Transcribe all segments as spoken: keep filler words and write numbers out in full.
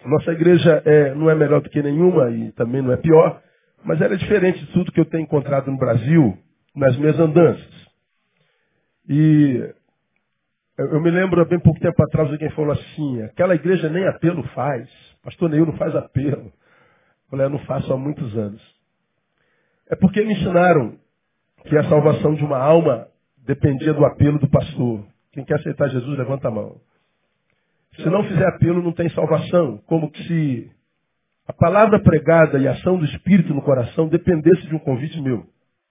Nossa igreja é, não é melhor do que nenhuma e também não é pior, mas ela é diferente de tudo que eu tenho encontrado no Brasil nas minhas andanças. E eu, eu me lembro há bem pouco tempo atrás alguém falou assim, aquela igreja nem apelo faz, pastor Neil não faz apelo. Eu falei, eu não faço há muitos anos. É porque me ensinaram que a salvação de uma alma dependia do apelo do pastor. Quem quer aceitar Jesus, levanta a mão. Se não fizer apelo, não tem salvação. Como que se a palavra pregada e a ação do Espírito no coração dependesse de um convite meu.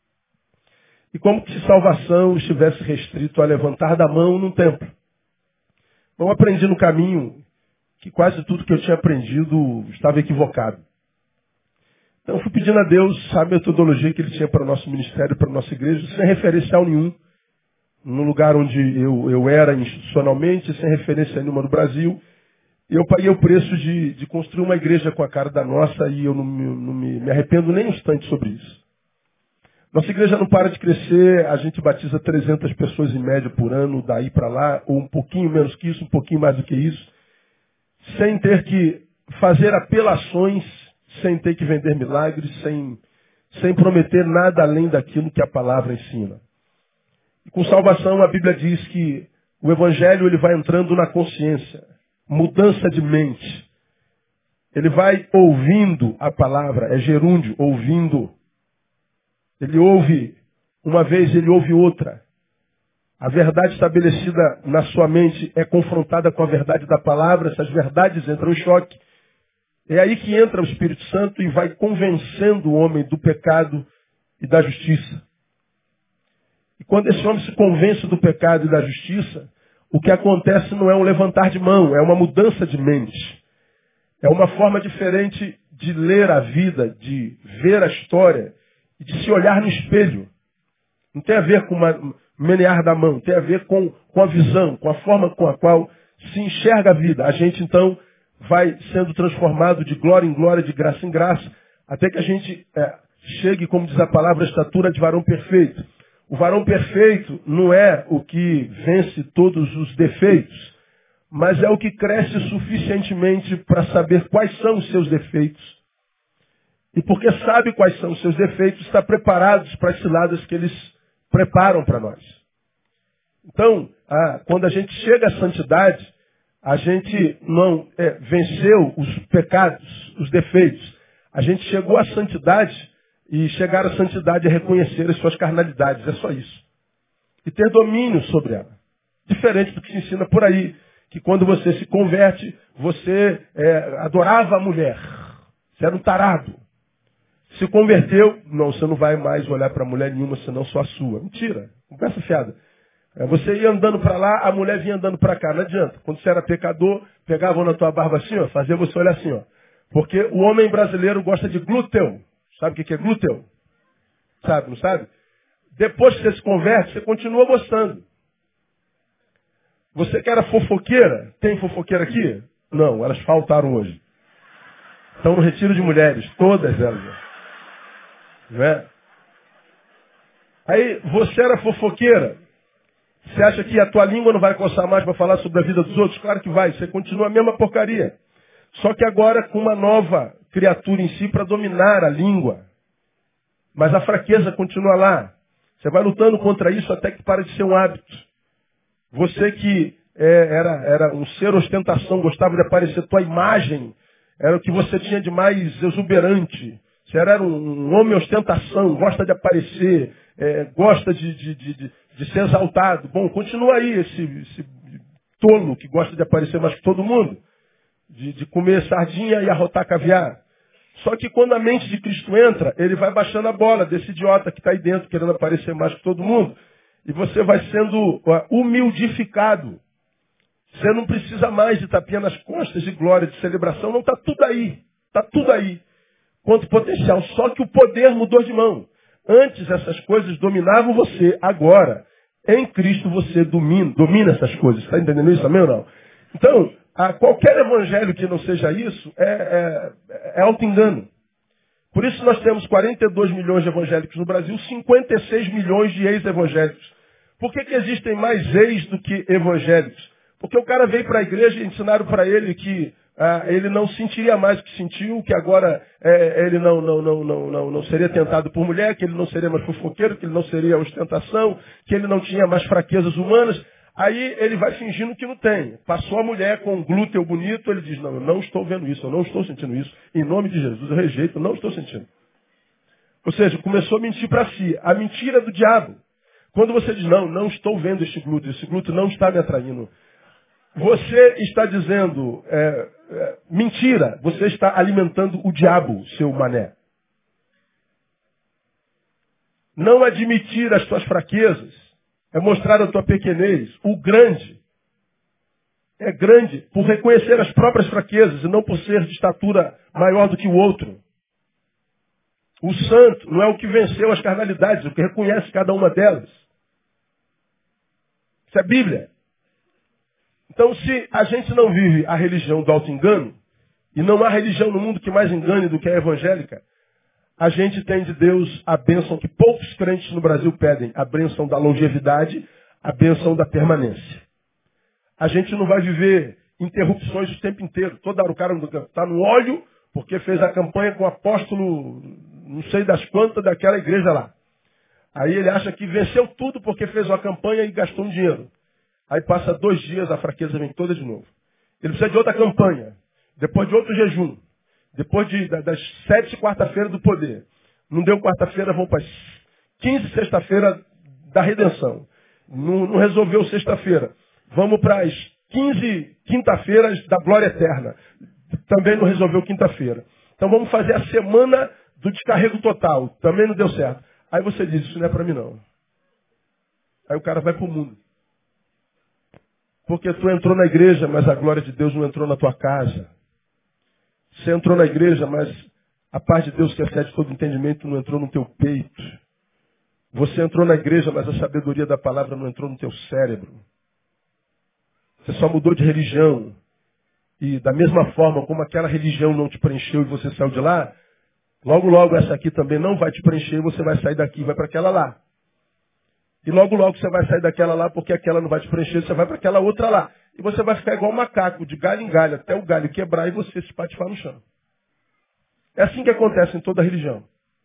E como que se salvação estivesse restrito a levantar da mão num templo. Eu aprendi no caminho que quase tudo que eu tinha aprendido estava equivocado. Então eu fui pedindo a Deus a metodologia que Ele tinha para o nosso ministério, para a nossa igreja, sem referencial nenhum. No lugar onde eu, eu era institucionalmente, sem referência nenhuma no Brasil. Eu paguei o preço de, de construir uma igreja com a cara da nossa e eu não, me, não me, me arrependo nem um instante sobre isso. Nossa igreja não para de crescer, a gente batiza trezentas pessoas em média por ano, daí para lá, ou um pouquinho menos que isso, um pouquinho mais do que isso, sem ter que fazer apelações, sem ter que vender milagres, sem, sem prometer nada além daquilo que a palavra ensina. E com salvação, a Bíblia diz que o Evangelho ele vai entrando na consciência. Mudança de mente. Ele vai ouvindo a palavra. É gerúndio, ouvindo. Ele ouve uma vez, ele ouve outra. A verdade estabelecida na sua mente é confrontada com a verdade da palavra. Essas verdades entram em choque. É aí que entra o Espírito Santo e vai convencendo o homem do pecado e da justiça. E quando esse homem se convence do pecado e da justiça, o que acontece não é um levantar de mão, é uma mudança de mente. É uma forma diferente de ler a vida, de ver a história e de se olhar no espelho. Não tem a ver com uma, menear da mão, tem a ver com, com a visão, com a forma com a qual se enxerga a vida. A gente então vai sendo transformado de glória em glória, de graça em graça, até que a gente é, chegue, como diz a palavra, a estatura de varão perfeito. O varão perfeito não é o que vence todos os defeitos, mas é o que cresce suficientemente para saber quais são os seus defeitos. E porque sabe quais são os seus defeitos, está preparado para as ciladas que eles preparam para nós. Então, ah, quando a gente chega à santidade, a gente não é, venceu os pecados, os defeitos. A gente chegou à santidade. E chegar à santidade é reconhecer as suas carnalidades, é só isso. E ter domínio sobre ela. Diferente do que se ensina por aí, que quando você se converte, você é, adorava a mulher. Você era um tarado. Se converteu, não, você não vai mais olhar para mulher nenhuma, senão só a sua. Mentira, conversa fiada. É, você ia andando para lá, a mulher vinha andando para cá, não adianta. Quando você era pecador, pegavam na tua barba assim, ó, fazia você olhar assim, ó. Porque o homem brasileiro gosta de glúteo. Sabe o que é glúteo? Sabe, não sabe? Depois que você se converte, você continua gostando. Você que era fofoqueira, tem fofoqueira aqui? Não, elas faltaram hoje. Estão no retiro de mulheres, todas elas. Não é? Aí, você era fofoqueira. Você acha que a tua língua não vai coçar mais para falar sobre a vida dos outros? Claro que vai, você continua a mesma porcaria. Só que agora com uma nova criatura em si para dominar a língua. Mas a fraqueza continua lá. Você vai lutando contra isso até que para de ser um hábito. Você que é, era, era um ser ostentação, gostava de aparecer, tua imagem era o que você tinha de mais exuberante. Você era um, um homem ostentação, gosta de aparecer, é, gosta de, de, de, de, de ser exaltado. Bom, continua aí esse, esse tolo que gosta de aparecer mais que todo mundo. De, de comer sardinha e arrotar caviar. Só que quando a mente de Cristo entra, ele vai baixando a bola desse idiota que está aí dentro, querendo aparecer mais que todo mundo. E você vai sendo humildificado. Você não precisa mais de tapinha nas costas, de glória, de celebração. Não, está tudo aí. Está tudo aí. Quanto potencial. Só que o poder mudou de mão. Antes essas coisas dominavam você. Agora, em Cristo você domina, domina essas coisas. Está entendendo isso também ou não? Então, a qualquer evangelho que não seja isso é, é, é auto-engano. Por isso nós temos quarenta e dois milhões de evangélicos no Brasil, cinquenta e seis milhões de ex-evangélicos. Por que, que existem mais ex do que evangélicos? Porque o cara veio para a igreja e ensinaram para ele que ah, ele não sentiria mais o que sentiu, que agora é, ele não, não, não, não, não, não seria tentado por mulher, que ele não seria mais fofoqueiro, que ele não seria ostentação, que ele não tinha mais fraquezas humanas. Aí ele vai fingindo que não tem. Passou a mulher com um glúteo bonito, ele diz, não, eu não estou vendo isso, eu não estou sentindo isso. Em nome de Jesus, eu rejeito, eu não estou sentindo. Ou seja, começou a mentir para si. A mentira do diabo. Quando você diz, não, não estou vendo este glúteo, esse glúteo não está me atraindo. Você está dizendo é, é, mentira. Você está alimentando o diabo, seu mané. Não admitir as tuas fraquezas é mostrar a tua pequenez. O grande é grande por reconhecer as próprias fraquezas e não por ser de estatura maior do que o outro. O santo não é o que venceu as carnalidades, é o que reconhece cada uma delas. Isso é Bíblia. Então, se a gente não vive a religião do auto-engano, e não há religião no mundo que mais engane do que a evangélica, a gente tem de Deus a bênção que poucos crentes no Brasil pedem, a bênção da longevidade, a bênção da permanência. A gente não vai viver interrupções o tempo inteiro. Toda hora o cara está no óleo, porque fez a campanha com o apóstolo, não sei das quantas, daquela igreja lá. Aí ele acha que venceu tudo porque fez uma campanha e gastou um dinheiro. Aí passa dois dias, a fraqueza vem toda de novo. Ele precisa de outra campanha, depois de outro jejum, depois de, das sete quarta-feira do poder. Não deu quarta-feira, vão para quinze sexta-feira da redenção. Não, não resolveu sexta-feira. Vamos para as quinze quinta-feiras da glória eterna. Também não resolveu quinta-feira. Então vamos fazer a semana do descarrego total. Também não deu certo. Aí você diz, isso não é para mim não. Aí o cara vai para o mundo. Porque tu entrou na igreja, mas a glória de Deus não entrou na tua casa. Você entrou na igreja, mas a paz de Deus que excede todo entendimento não entrou no teu peito. Você entrou na igreja, mas a sabedoria da palavra não entrou no teu cérebro. Você só mudou de religião. E da mesma forma como aquela religião não te preencheu e você saiu de lá, logo, logo essa aqui também não vai te preencher e você vai sair daqui e vai para aquela lá. E logo, logo você vai sair daquela lá porque aquela não vai te preencher, você vai para aquela outra lá. E você vai ficar igual um macaco, de galho em galho, até o galho quebrar e você se patifar no chão. É assim que acontece em toda religião.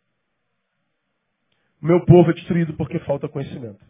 O meu povo é destruído porque falta conhecimento.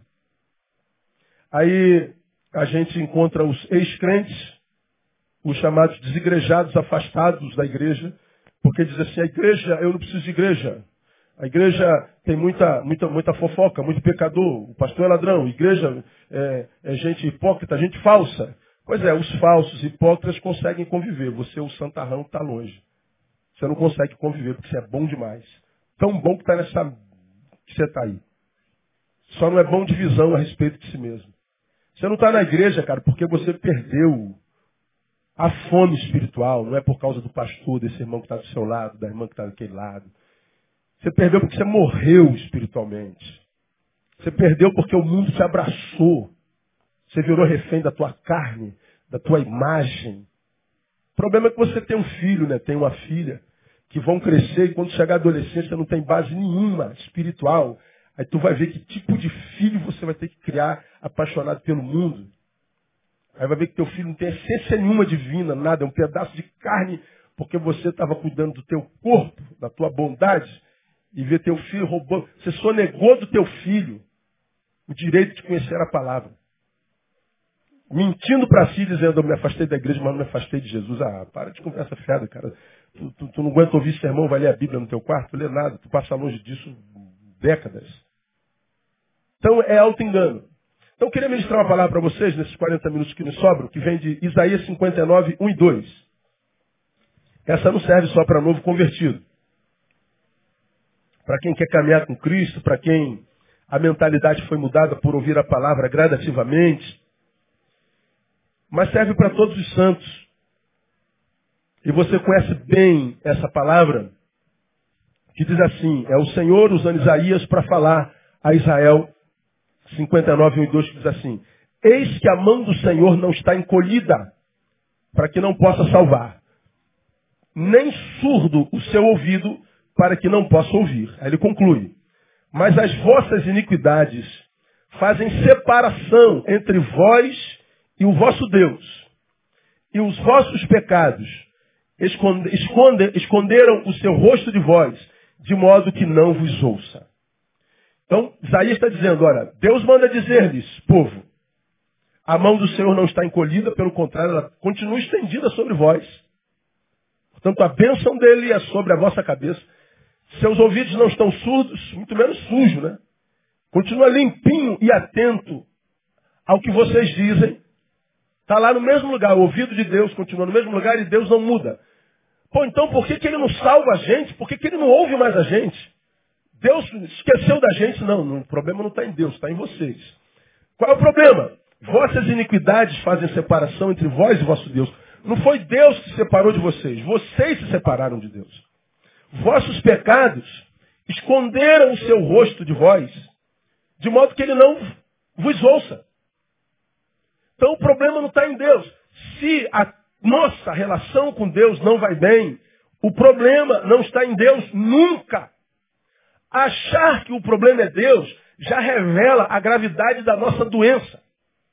Aí a gente encontra os ex-crentes, os chamados desigrejados, afastados da igreja, porque diz assim, a igreja, eu não preciso de igreja. A igreja tem muita, muita, muita fofoca, muito pecador, o pastor é ladrão, a igreja é, é gente hipócrita, gente falsa. Pois é, os falsos, hipócritas conseguem conviver, você, o santarrão, está longe. Você não consegue conviver porque você é bom demais. Tão bom que está nessa que você está aí. Só não é bom de visão a respeito de si mesmo. Você não está na igreja, cara, porque você perdeu a fome espiritual, não é por causa do pastor, desse irmão que está do seu lado, da irmã que está daquele lado. Você perdeu porque você morreu espiritualmente. Você perdeu porque o mundo te abraçou. Você virou refém da tua carne, da tua imagem. O problema é que você tem um filho, né? Tem uma filha, que vão crescer e quando chegar a adolescência não tem base nenhuma espiritual. Aí tu vai ver que tipo de filho você vai ter que criar apaixonado pelo mundo. Aí vai ver que teu filho não tem essência nenhuma divina, nada. É um pedaço de carne porque você estava cuidando do teu corpo, da tua bondade. E ver teu filho roubando. Você sonegou do teu filho o direito de conhecer a palavra. Mentindo para si, dizendo, eu me afastei da igreja, mas não me afastei de Jesus. Ah, para de conversa fiada, cara. Tu, tu, tu não aguenta ouvir sermão, vai ler a Bíblia no teu quarto? Lê nada, tu passa longe disso décadas. Então é auto-engano. Então eu queria ministrar uma palavra para vocês, nesses quarenta minutos que me sobram, que vem de Isaías cinquenta e nove, um e dois. Essa não serve só para novo convertido. Para quem quer caminhar com Cristo, para quem a mentalidade foi mudada por ouvir a palavra gradativamente, mas serve para todos os santos. E você conhece bem essa palavra, que diz assim, é o Senhor usando Isaías para falar a Israel, cinquenta e nove, um e dois, que diz assim, eis que a mão do Senhor não está encolhida, para que não possa salvar, nem surdo o seu ouvido, para que não possa ouvir. Aí ele conclui, mas as vossas iniquidades fazem separação entre vós e o vosso Deus, e os vossos pecados esconde, esconde, esconderam o seu rosto de vós, de modo que não vos ouça. Então, Isaías está dizendo, olha, Deus manda dizer-lhes, povo, a mão do Senhor não está encolhida, pelo contrário, ela continua estendida sobre vós. Portanto, a bênção dele é sobre a vossa cabeça. Seus ouvidos não estão surdos, muito menos sujos, né? Continua limpinho e atento ao que vocês dizem. Está lá no mesmo lugar, o ouvido de Deus continua no mesmo lugar e Deus não muda. Pô, então por que, que ele não salva a gente? Por que, que ele não ouve mais a gente? Deus esqueceu da gente? Não, não, o problema não está em Deus, está em vocês. Qual é o problema? Vossas iniquidades fazem separação entre vós e vosso Deus. Não foi Deus que se separou de vocês, vocês se separaram de Deus. Vossos pecados esconderam o seu rosto de vós, de modo que ele não vos ouça. Então o problema não está em Deus. Se a nossa relação com Deus não vai bem, o problema não está em Deus nunca. Achar que o problema é Deus já revela a gravidade da nossa doença.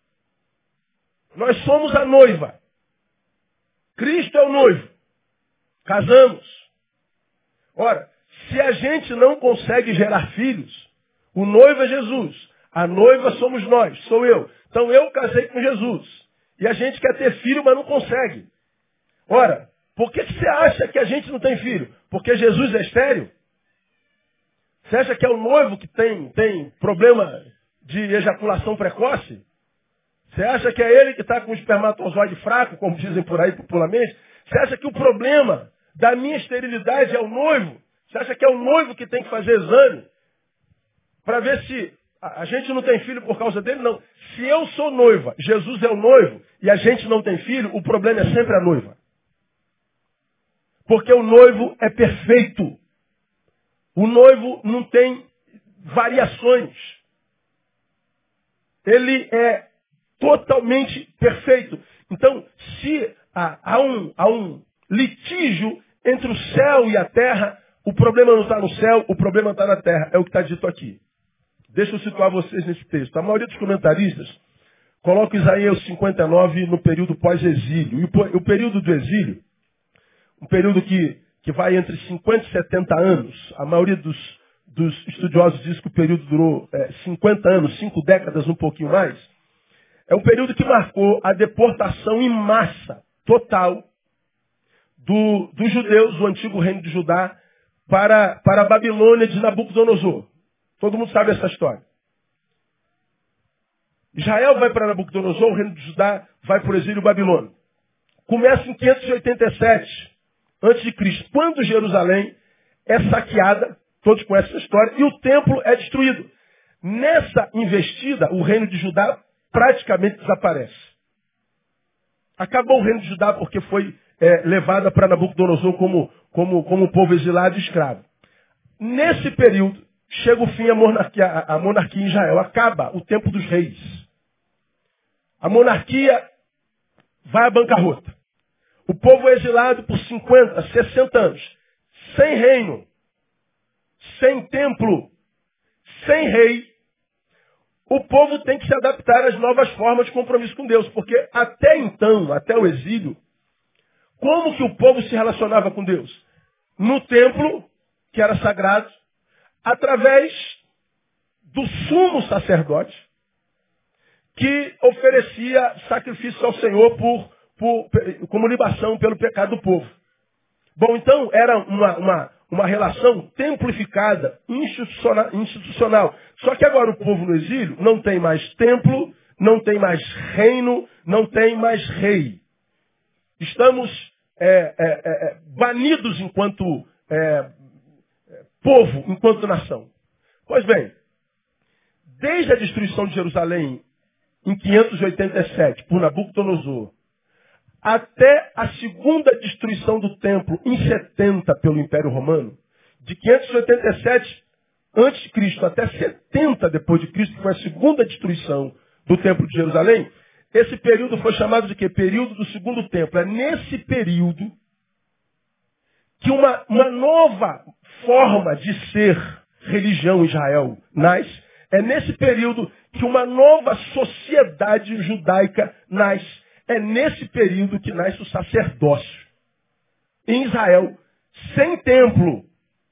Nós somos a noiva. Cristo é o noivo. Casamos. Ora, se a gente não consegue gerar filhos, o noivo é Jesus. A noiva somos nós, sou eu. Então eu casei com Jesus. E a gente quer ter filho, mas não consegue. Ora, por que você acha que a gente não tem filho? Porque Jesus é estéril? Você acha que é o noivo que tem, tem problema de ejaculação precoce? Você acha que é ele que está com o espermatozoide fraco, como dizem por aí popularmente? Você acha que o problema da minha esterilidade é o noivo? Você acha que é o noivo que tem que fazer exame para ver se a gente não tem filho por causa dele? Não. Se eu sou noiva, Jesus é o noivo, e a gente não tem filho, o problema é sempre a noiva. Porque o noivo é perfeito. O noivo não tem variações. Ele é totalmente perfeito. Então, se há, há, um, há um litígio entre o céu e a terra, o problema não está no céu, o problema está na terra. É o que está dito aqui. Deixa eu situar vocês nesse texto. A maioria dos comentaristas coloca Isaías cinquenta e nove no período pós-exílio. E o, o período do exílio, um período que, que vai entre cinquenta e setenta anos. A maioria dos, dos estudiosos diz que o período durou é, cinquenta anos, cinco décadas, um pouquinho mais. É um período que marcou a deportação em massa, total, do, dos judeus, do antigo reino de Judá, para, para a Babilônia de Nabucodonosor. Todo mundo sabe essa história. Israel vai para Nabucodonosor, o reino de Judá vai para o exílio babilônico. Começa em quinhentos e oitenta e sete antes de Cristo, quando Jerusalém é saqueada, todos conhecem essa história, e o templo é destruído. Nessa investida, o reino de Judá praticamente desaparece. Acabou o reino de Judá porque foi é, levada para Nabucodonosor como, como, como povo exilado e escravo. Nesse período, chega o fim a monarquia, a monarquia em Israel. Acaba o tempo dos reis. A monarquia vai à bancarrota. O povo é exilado por cinquenta, sessenta anos. Sem reino, sem templo, sem rei. O povo tem que se adaptar às novas formas de compromisso com Deus. Porque até então, até o exílio, como que o povo se relacionava com Deus? No templo, que era sagrado, através do sumo sacerdote, que oferecia sacrifício ao Senhor por, por, como libação pelo pecado do povo. Bom, então era uma, uma, uma relação templificada, institucional, institucional. Só que agora o povo no exílio não tem mais templo, não tem mais reino, não tem mais rei. Estamos é, é, é, banidos enquanto é, povo, enquanto nação. Pois bem, desde a destruição de Jerusalém em quinhentos e oitenta e sete por Nabucodonosor, até a segunda destruição do templo em setenta pelo Império Romano, de quinhentos e oitenta e sete antes de Cristo até setenta depois de Cristo, que foi a segunda destruição do templo de Jerusalém, esse período foi chamado de quê? Período do segundo templo. É nesse período que uma, uma nova forma de ser religião em Israel nasce. É nesse período que uma nova sociedade judaica nasce. É nesse período que nasce o sacerdócio. em Israel, sem templo.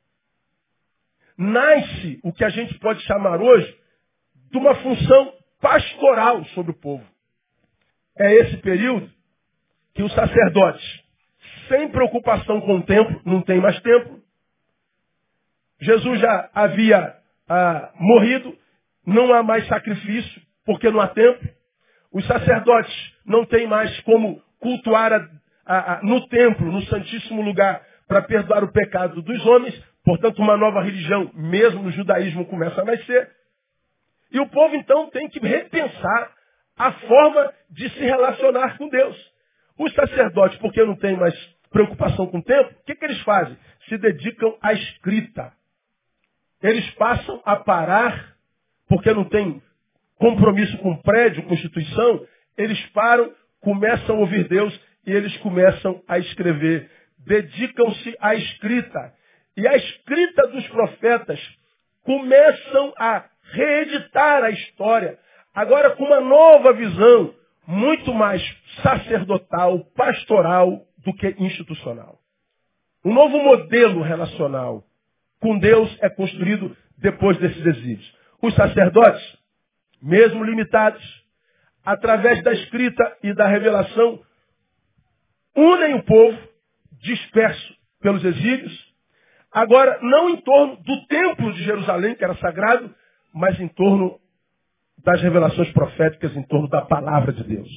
Nasce o que a gente pode chamar hoje de uma função pastoral sobre o povo. É esse período que os sacerdotes, sem preocupação com o templo, não tem mais templo. Jesus já havia ah, morrido, não há mais sacrifício, porque não há templo. Os sacerdotes não têm mais como cultuar a, a, a, no templo, no santíssimo lugar, para perdoar o pecado dos homens. Portanto, uma nova religião, mesmo no judaísmo, começa a nascer. E o povo, então, tem que repensar a forma de se relacionar com Deus. Os sacerdotes, porque não têm mais preocupação com o tempo, o que, que eles fazem? Se dedicam à escrita. Eles passam a parar, porque não tem compromisso com prédio, com instituição, eles param, começam a ouvir Deus e eles começam a escrever. Dedicam-se à escrita. E a escrita dos profetas começam a reeditar a história, agora com uma nova visão, muito mais sacerdotal, pastoral do que institucional. Um novo modelo relacional com Deus é construído depois desses exílios. Os sacerdotes, mesmo limitados, através da escrita e da revelação, unem o povo disperso pelos exílios, agora não em torno do templo de Jerusalém, que era sagrado, mas em torno das revelações proféticas, em torno da palavra de Deus.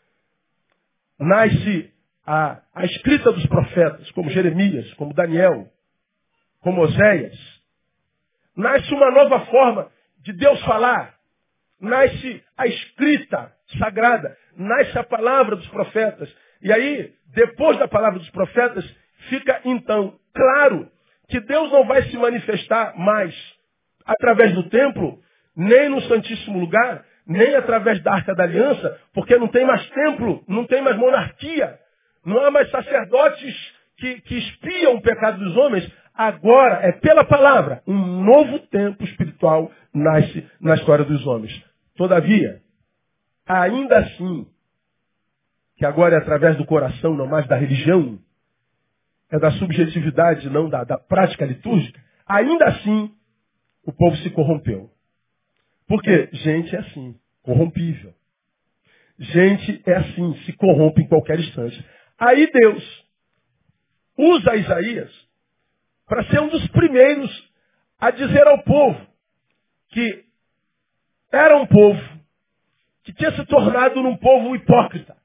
Nasce a, a escrita dos profetas, como Jeremias, como Daniel, como Oséias. Nasce uma nova forma de Deus falar. Nasce a escrita sagrada. Nasce a palavra dos profetas. E aí, depois da palavra dos profetas, fica então claro que Deus não vai se manifestar mais através do templo, nem no Santíssimo Lugar, nem através da Arca da Aliança, porque não tem mais templo, não tem mais monarquia, não há mais sacerdotes que, que espiam o pecado dos homens. Agora é pela palavra. Um novo tempo espiritual nasce na história dos homens. Todavia, ainda assim, que agora é através do coração, não mais da religião, é da subjetividade, não da, da prática litúrgica, ainda assim, o povo se corrompeu. Porque gente é assim, corrompível. Gente é assim, se corrompe em qualquer instante. Aí Deus usa Isaías para ser um dos primeiros a dizer ao povo que era um povo que tinha se tornado num povo hipócrita.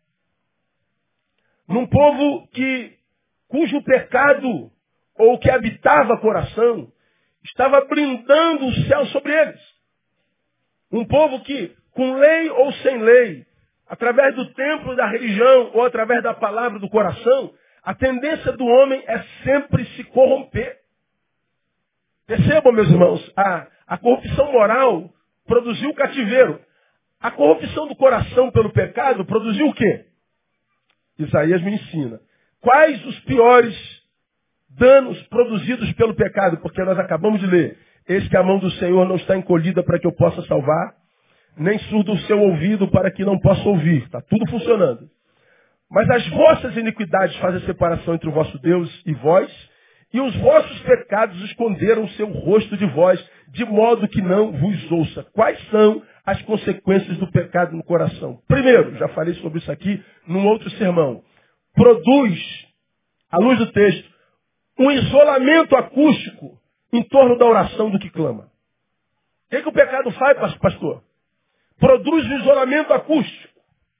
Num povo que, cujo pecado, ou que habitava coração, estava blindando o céu sobre eles. Um povo que, com lei ou sem lei, através do templo da religião ou através da palavra do coração, a tendência do homem é sempre se corromper. Percebam, meus irmãos, a, a corrupção moral produziu o cativeiro. A corrupção do coração pelo pecado produziu o quê? Isaías me ensina. Quais os piores danos produzidos pelo pecado? Porque nós acabamos de ler. Eis que a mão do Senhor não está encolhida para que eu possa salvar, nem surdo o seu ouvido para que não possa ouvir. Está tudo funcionando. Mas as vossas iniquidades fazem separação entre o vosso Deus e vós, e os vossos pecados esconderam o seu rosto de vós, de modo que não vos ouça. Quais são as consequências do pecado no coração? Primeiro, já falei sobre isso aqui num outro sermão. Produz, à luz do texto, um isolamento acústico em torno da oração do que clama. O que, é que o pecado faz, pastor? Produz um isolamento acústico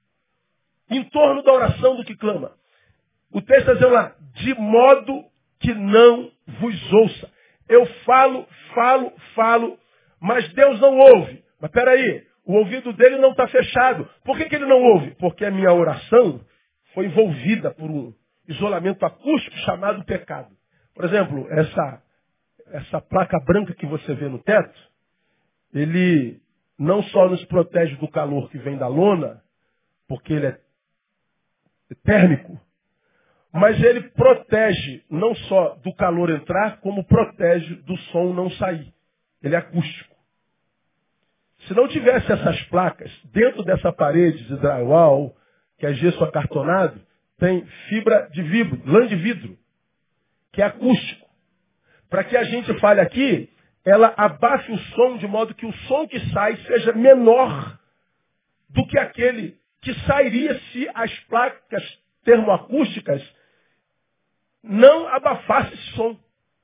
em torno da oração do que clama. O texto está dizendo lá, de modo que não vos ouça. Eu falo, falo, falo, mas Deus não ouve. Mas peraí, o ouvido dele não está fechado. Por que, que ele não ouve? Porque a minha oração foi envolvida por um isolamento acústico chamado pecado. Por exemplo, essa, essa placa branca que você vê no teto, ele não só nos protege do calor que vem da lona, porque ele é térmico, mas ele protege não só do calor entrar, como protege do som não sair. Ele é acústico. Se não tivesse essas placas, dentro dessa parede de drywall, que é gesso acartonado, tem fibra de vidro, lã de vidro. que é acústico. Para que a gente fale aqui, ela abafe o som de modo que o som que sai seja menor do que aquele que sairia se as placas termoacústicas não abafassem esse som.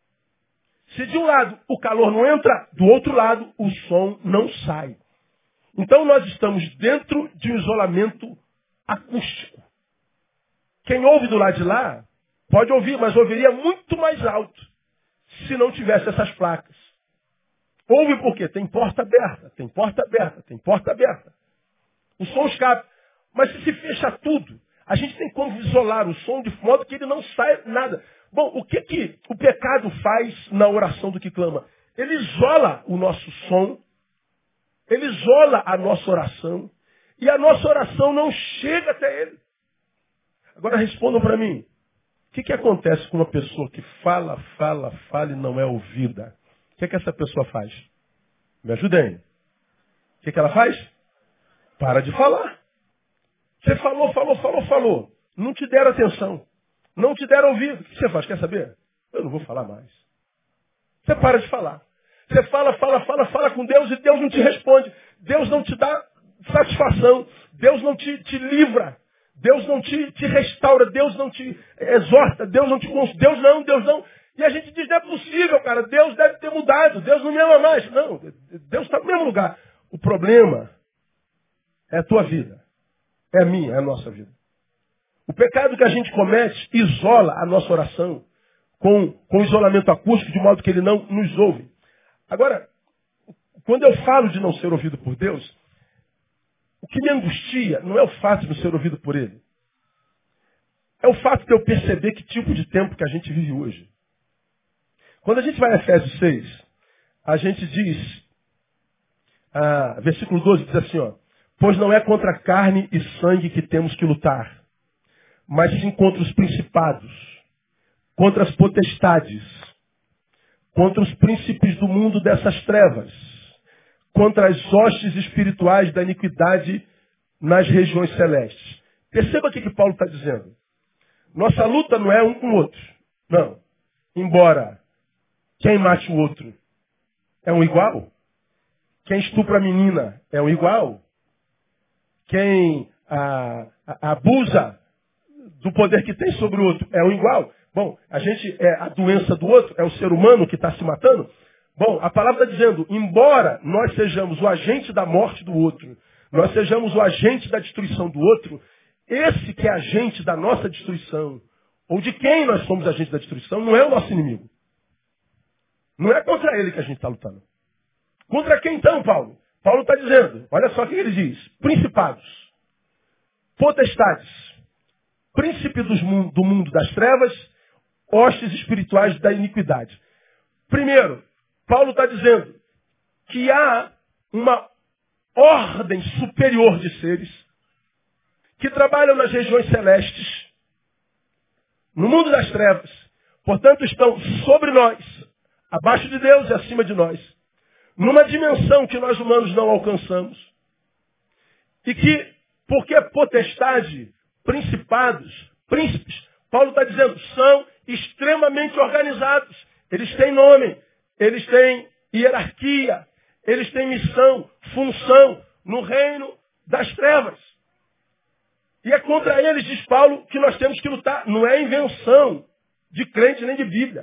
Se de um lado o calor não entra, do outro lado o som não sai. Então nós estamos dentro de um isolamento acústico. Quem ouve do lado de lá pode ouvir, mas ouviria muito mais alto se não tivesse essas placas. Ouve por quê? Tem porta aberta, tem porta aberta, tem porta aberta. O som escapa. Mas se se fecha tudo, a gente tem como isolar o som de modo que ele não saia nada. Bom, o que, que o pecado faz na oração do que clama? Ele isola o nosso som, ele isola a nossa oração, e a nossa oração não chega até ele. Agora respondam para mim, o que, que acontece com uma pessoa que fala, fala, fala e não é ouvida? O que, que essa pessoa faz? Me ajudem. O que, que ela faz? Para de falar. Você falou, falou, falou, falou. Não te deram atenção. Não te deram ouvido. O que você faz? Quer saber? Eu não vou falar mais. Você para de falar. Você fala, fala, fala, fala com Deus e Deus não te responde. Deus não te dá satisfação. Deus não te, te livra. Deus não te, te restaura. Deus não te exorta. Deus não te consola. Deus não, Deus não. E a gente diz, não é possível, cara. Deus deve ter mudado. Deus não me ama mais. Não, Deus está no mesmo lugar. O problema é a tua vida. É a minha, é a nossa vida. O pecado que a gente comete isola a nossa oração com, com isolamento acústico, de modo que ele não nos ouve. Agora, quando eu falo de não ser ouvido por Deus, o que me angustia não é o fato de não ser ouvido por Ele. É o fato de eu perceber que tipo de tempo que a gente vive hoje. Quando a gente vai a Efésios seis, a gente diz, ah, versículo doze diz assim, ó, pois não é contra carne e sangue que temos que lutar, mas sim contra os principados, contra as potestades, contra os príncipes do mundo dessas trevas, contra as hostes espirituais da iniquidade nas regiões celestes. Perceba o que Paulo está dizendo. Nossa luta não é um com o outro. Não. Embora quem mate o outro é um igual. Quem estupra a menina é um igual. Quem a, a, abusa do poder que tem sobre o outro é um igual. Bom, a gente é a doença do outro, é o ser humano que está se matando. Bom, a palavra está dizendo, embora nós sejamos o agente da morte do outro, nós sejamos o agente da destruição do outro, esse que é agente da nossa destruição, ou de quem nós somos agente da destruição, não é o nosso inimigo. Não é contra ele que a gente está lutando. Contra quem então, Paulo? Paulo está dizendo, olha só o que ele diz, principados, potestades, príncipe dos mun- do mundo das trevas, hostes espirituais da iniquidade. Primeiro, Paulo está dizendo que há uma ordem superior de seres que trabalham nas regiões celestes, no mundo das trevas, portanto estão sobre nós, abaixo de Deus e acima de nós, numa dimensão que nós humanos não alcançamos, e que, porque é potestade, principados, príncipes, Paulo está dizendo, são extremamente organizados, eles têm nome, eles têm hierarquia, eles têm missão, função no reino das trevas. E é contra eles, diz Paulo, que nós temos que lutar. Não é invenção de crente nem de Bíblia.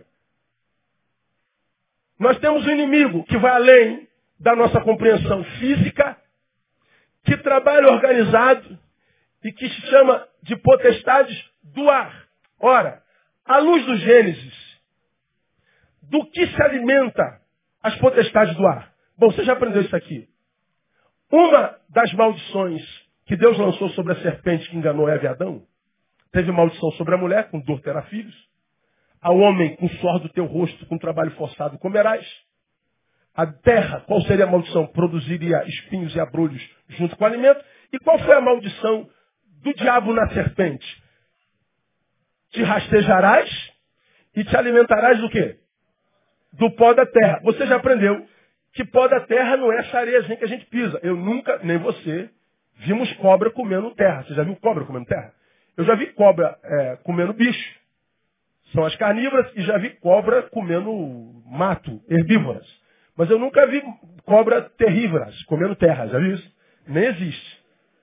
Nós temos um inimigo que vai além da nossa compreensão física, que trabalha organizado e que se chama de potestades do ar. Ora, à luz do Gênesis, do que se alimenta as potestades do ar? Bom, você já aprendeu isso aqui. Uma das maldições que Deus lançou sobre a serpente que enganou Eva e Adão, teve maldição sobre a mulher, com dor terá filhos. Ao homem, com suor do teu rosto, com trabalho forçado comerás. A terra, qual seria a maldição? Produziria espinhos e abrolhos junto com o alimento. E qual foi a maldição do diabo na serpente? Te rastejarás e te alimentarás do quê? Do pó da terra. Você já aprendeu que pó da terra não é essa areiazinha que a gente pisa. Eu nunca, nem você, vimos cobra comendo terra. Você já viu cobra comendo terra? Eu já vi cobra é, comendo bicho. são as carnívoras, e já vi cobra comendo mato, herbívoras. Mas eu nunca vi cobra terrívoras, comendo terra, já viu isso? Nem existe.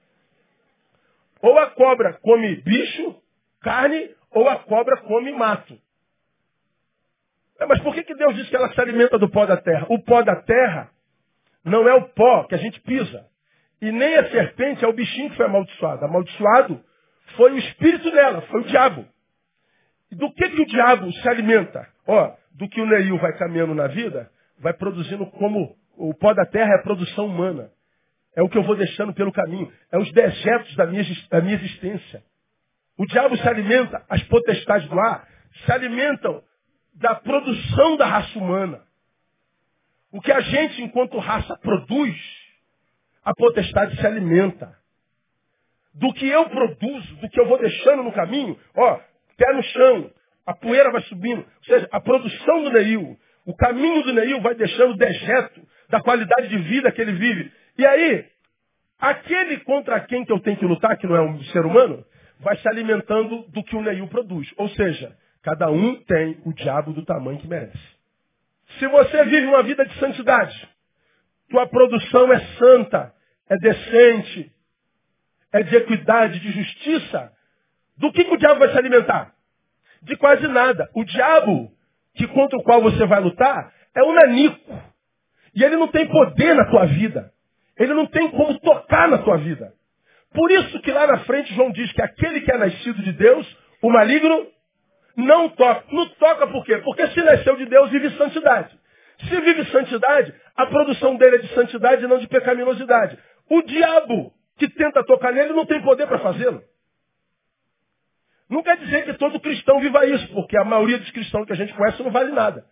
Ou a cobra come bicho, carne, ou a cobra come mato. É, mas por que, que Deus diz que ela se alimenta do pó da terra? O pó da terra não é o pó que a gente pisa. E nem a serpente é o bichinho que foi amaldiçoado. Amaldiçoado foi o espírito dela, foi o diabo. E do que, que o diabo se alimenta? Ó, do que o Neil vai caminhando na vida, vai produzindo como o pó da terra é a produção humana. É o que eu vou deixando pelo caminho. É os dejetos da minha, da minha existência. O diabo se alimenta, as potestades do ar se alimentam da produção da raça humana. O que a gente, enquanto raça, produz, a potestade se alimenta. Do que eu produzo, do que eu vou deixando no caminho, ó, pé no chão, a poeira vai subindo. Ou seja, a produção do Neil, o caminho do Neil vai deixando o dejeto da qualidade de vida que ele vive. E aí, aquele contra quem que eu tenho que lutar, que não é um ser humano, vai se alimentando do que o Neil produz. Ou seja, cada um tem o diabo do tamanho que merece. Se você vive uma vida de santidade, tua produção é santa, é decente, é de equidade, de justiça, do que, que o diabo vai se alimentar? De quase nada. O diabo, que contra o qual você vai lutar, é um nanico. E ele não tem poder na tua vida. Ele não tem como tocar na tua vida. Por isso que lá na frente João diz que aquele que é nascido de Deus, o maligno, não toca. Não toca por quê? Porque se nasceu de Deus, vive santidade. Se vive santidade, a produção dele é de santidade e não de pecaminosidade. O diabo que tenta tocar nele não tem poder para fazê-lo. Não quer dizer que todo cristão viva isso, porque a maioria dos cristãos que a gente conhece não vale nada.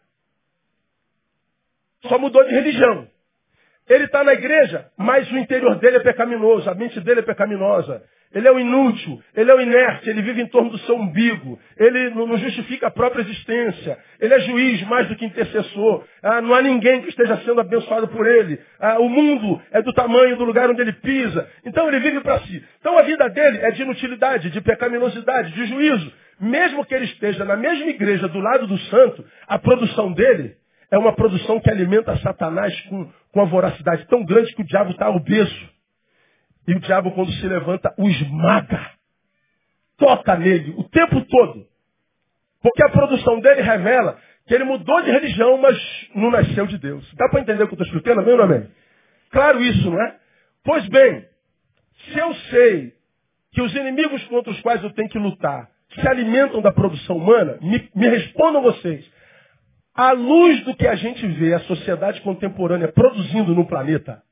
Só mudou de religião. Ele está na igreja, mas o interior dele é pecaminoso, a mente dele é pecaminosa. Ele é o inútil, ele é o inerte, ele vive em torno do seu umbigo, ele não justifica a própria existência, ele é juiz mais do que intercessor, ah, não há ninguém que esteja sendo abençoado por ele, ah, o mundo é do tamanho do lugar onde ele pisa, então ele vive para si. Então a vida dele é de inutilidade, de pecaminosidade, de juízo. Mesmo que ele esteja na mesma igreja do lado do santo, a produção dele é uma produção que alimenta Satanás com, com uma voracidade tão grande que o diabo está obeso. E o diabo, quando se levanta, o esmaga. Toca nele o tempo todo. Porque a produção dele revela que ele mudou de religião, mas não nasceu de Deus. Dá para entender o que eu estou explicando? Amém ou não amém? Claro isso, não é? Pois bem, se eu sei que os inimigos contra os quais eu tenho que lutar se alimentam da produção humana, me, me respondam vocês. À luz do que a gente vê a sociedade contemporânea produzindo no planeta,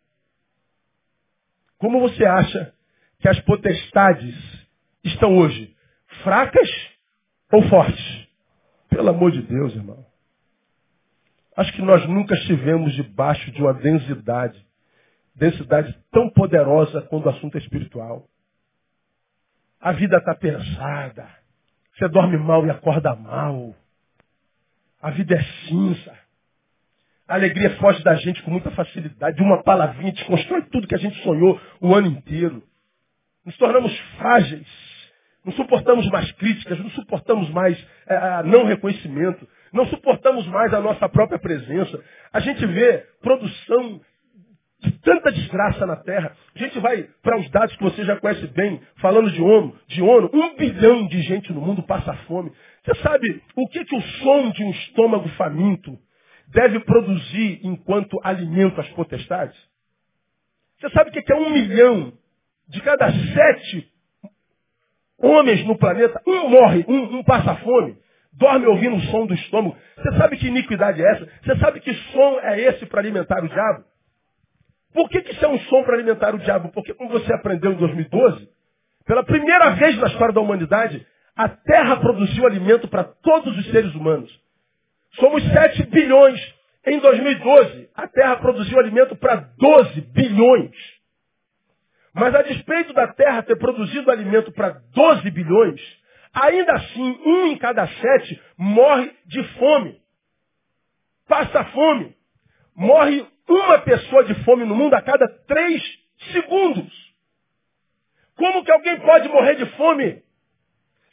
como você acha que as potestades estão hoje? Fracas ou fortes? Pelo amor de Deus, irmão. Acho que nós nunca estivemos debaixo de uma densidade, densidade tão poderosa quando o assunto é espiritual. A vida está pesada. Você dorme mal e acorda mal. A vida é cinza. A alegria foge da gente com muita facilidade. Uma palavrinha desconstrói tudo que a gente sonhou o ano inteiro. Nos tornamos frágeis. Não suportamos mais críticas. Não suportamos mais é, não reconhecimento. Não suportamos mais a nossa própria presença. A gente vê produção de tanta desgraça na Terra. A gente vai para os dados que você já conhece bem, falando de ONU, de ONU, um bilhão de gente no mundo passa fome. Você sabe o que, que o som de um estômago faminto deve produzir enquanto alimento às potestades? Você sabe o que, que é um milhão de cada sete homens no planeta? Um morre, um, um passa fome, dorme ouvindo o som do estômago. Você sabe que iniquidade é essa? Você sabe que som é esse para alimentar o diabo? Por que, que isso é um som para alimentar o diabo? Porque, como você aprendeu em dois mil e doze, pela primeira vez na história da humanidade, a Terra produziu alimento para todos os seres humanos. Somos sete bilhões. Em dois mil e doze, a Terra produziu alimento para doze bilhões. Mas a despeito da Terra ter produzido alimento para doze bilhões, ainda assim, um em cada sete morre de fome. Passa fome. Morre uma pessoa de fome no mundo a cada três segundos. Como que alguém pode morrer de fome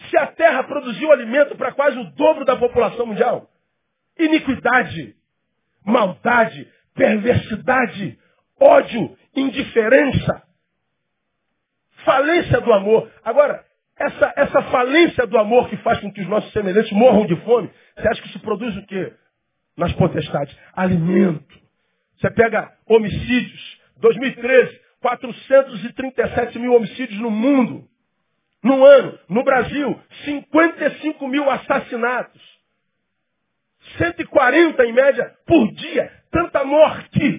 Se a terra produziu alimento para quase o dobro da população mundial. Iniquidade, maldade, perversidade, ódio, indiferença, falência do amor. Agora, essa, essa falência do amor que faz com que os nossos semelhantes morram de fome, você acha que isso produz o quê? Nas potestades, alimento. Você pega homicídios, dois mil e treze, quatrocentos e trinta e sete mil homicídios no mundo. No ano, no Brasil, cinquenta e cinco mil assassinatos. cento e quarenta em média por dia. Tanta morte.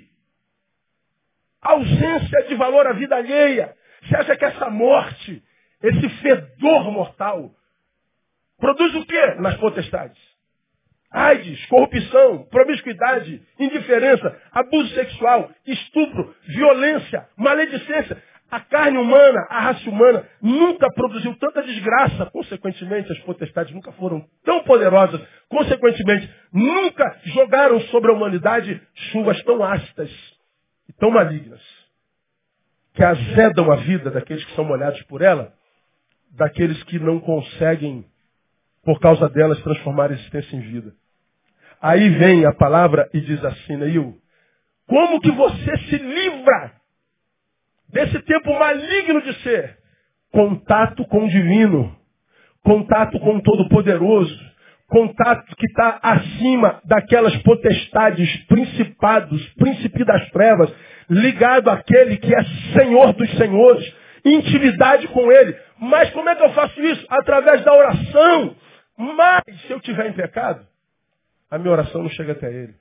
Ausência de valor à vida alheia. Você acha que essa morte, esse fedor mortal, produz o quê nas potestades? AIDS, corrupção, promiscuidade, indiferença, abuso sexual, estupro, violência, maledicência. A carne humana, a raça humana, nunca produziu tanta desgraça. Consequentemente, as potestades nunca foram tão poderosas. Consequentemente, nunca jogaram sobre a humanidade chuvas tão ácidas e tão malignas, que azedam a vida daqueles que são molhados por ela, daqueles que não conseguem, por causa delas, transformar a existência em vida. Aí vem a palavra e diz assim, Neil, como que você se livra desse tempo maligno de ser? Contato com o divino, contato com o Todo-Poderoso, contato que está acima daquelas potestades, principados, príncipe das trevas, ligado àquele que é Senhor dos senhores, intimidade com Ele. Mas como é que eu faço isso? Através da oração. Mas se eu tiver em pecado, a minha oração não chega até Ele.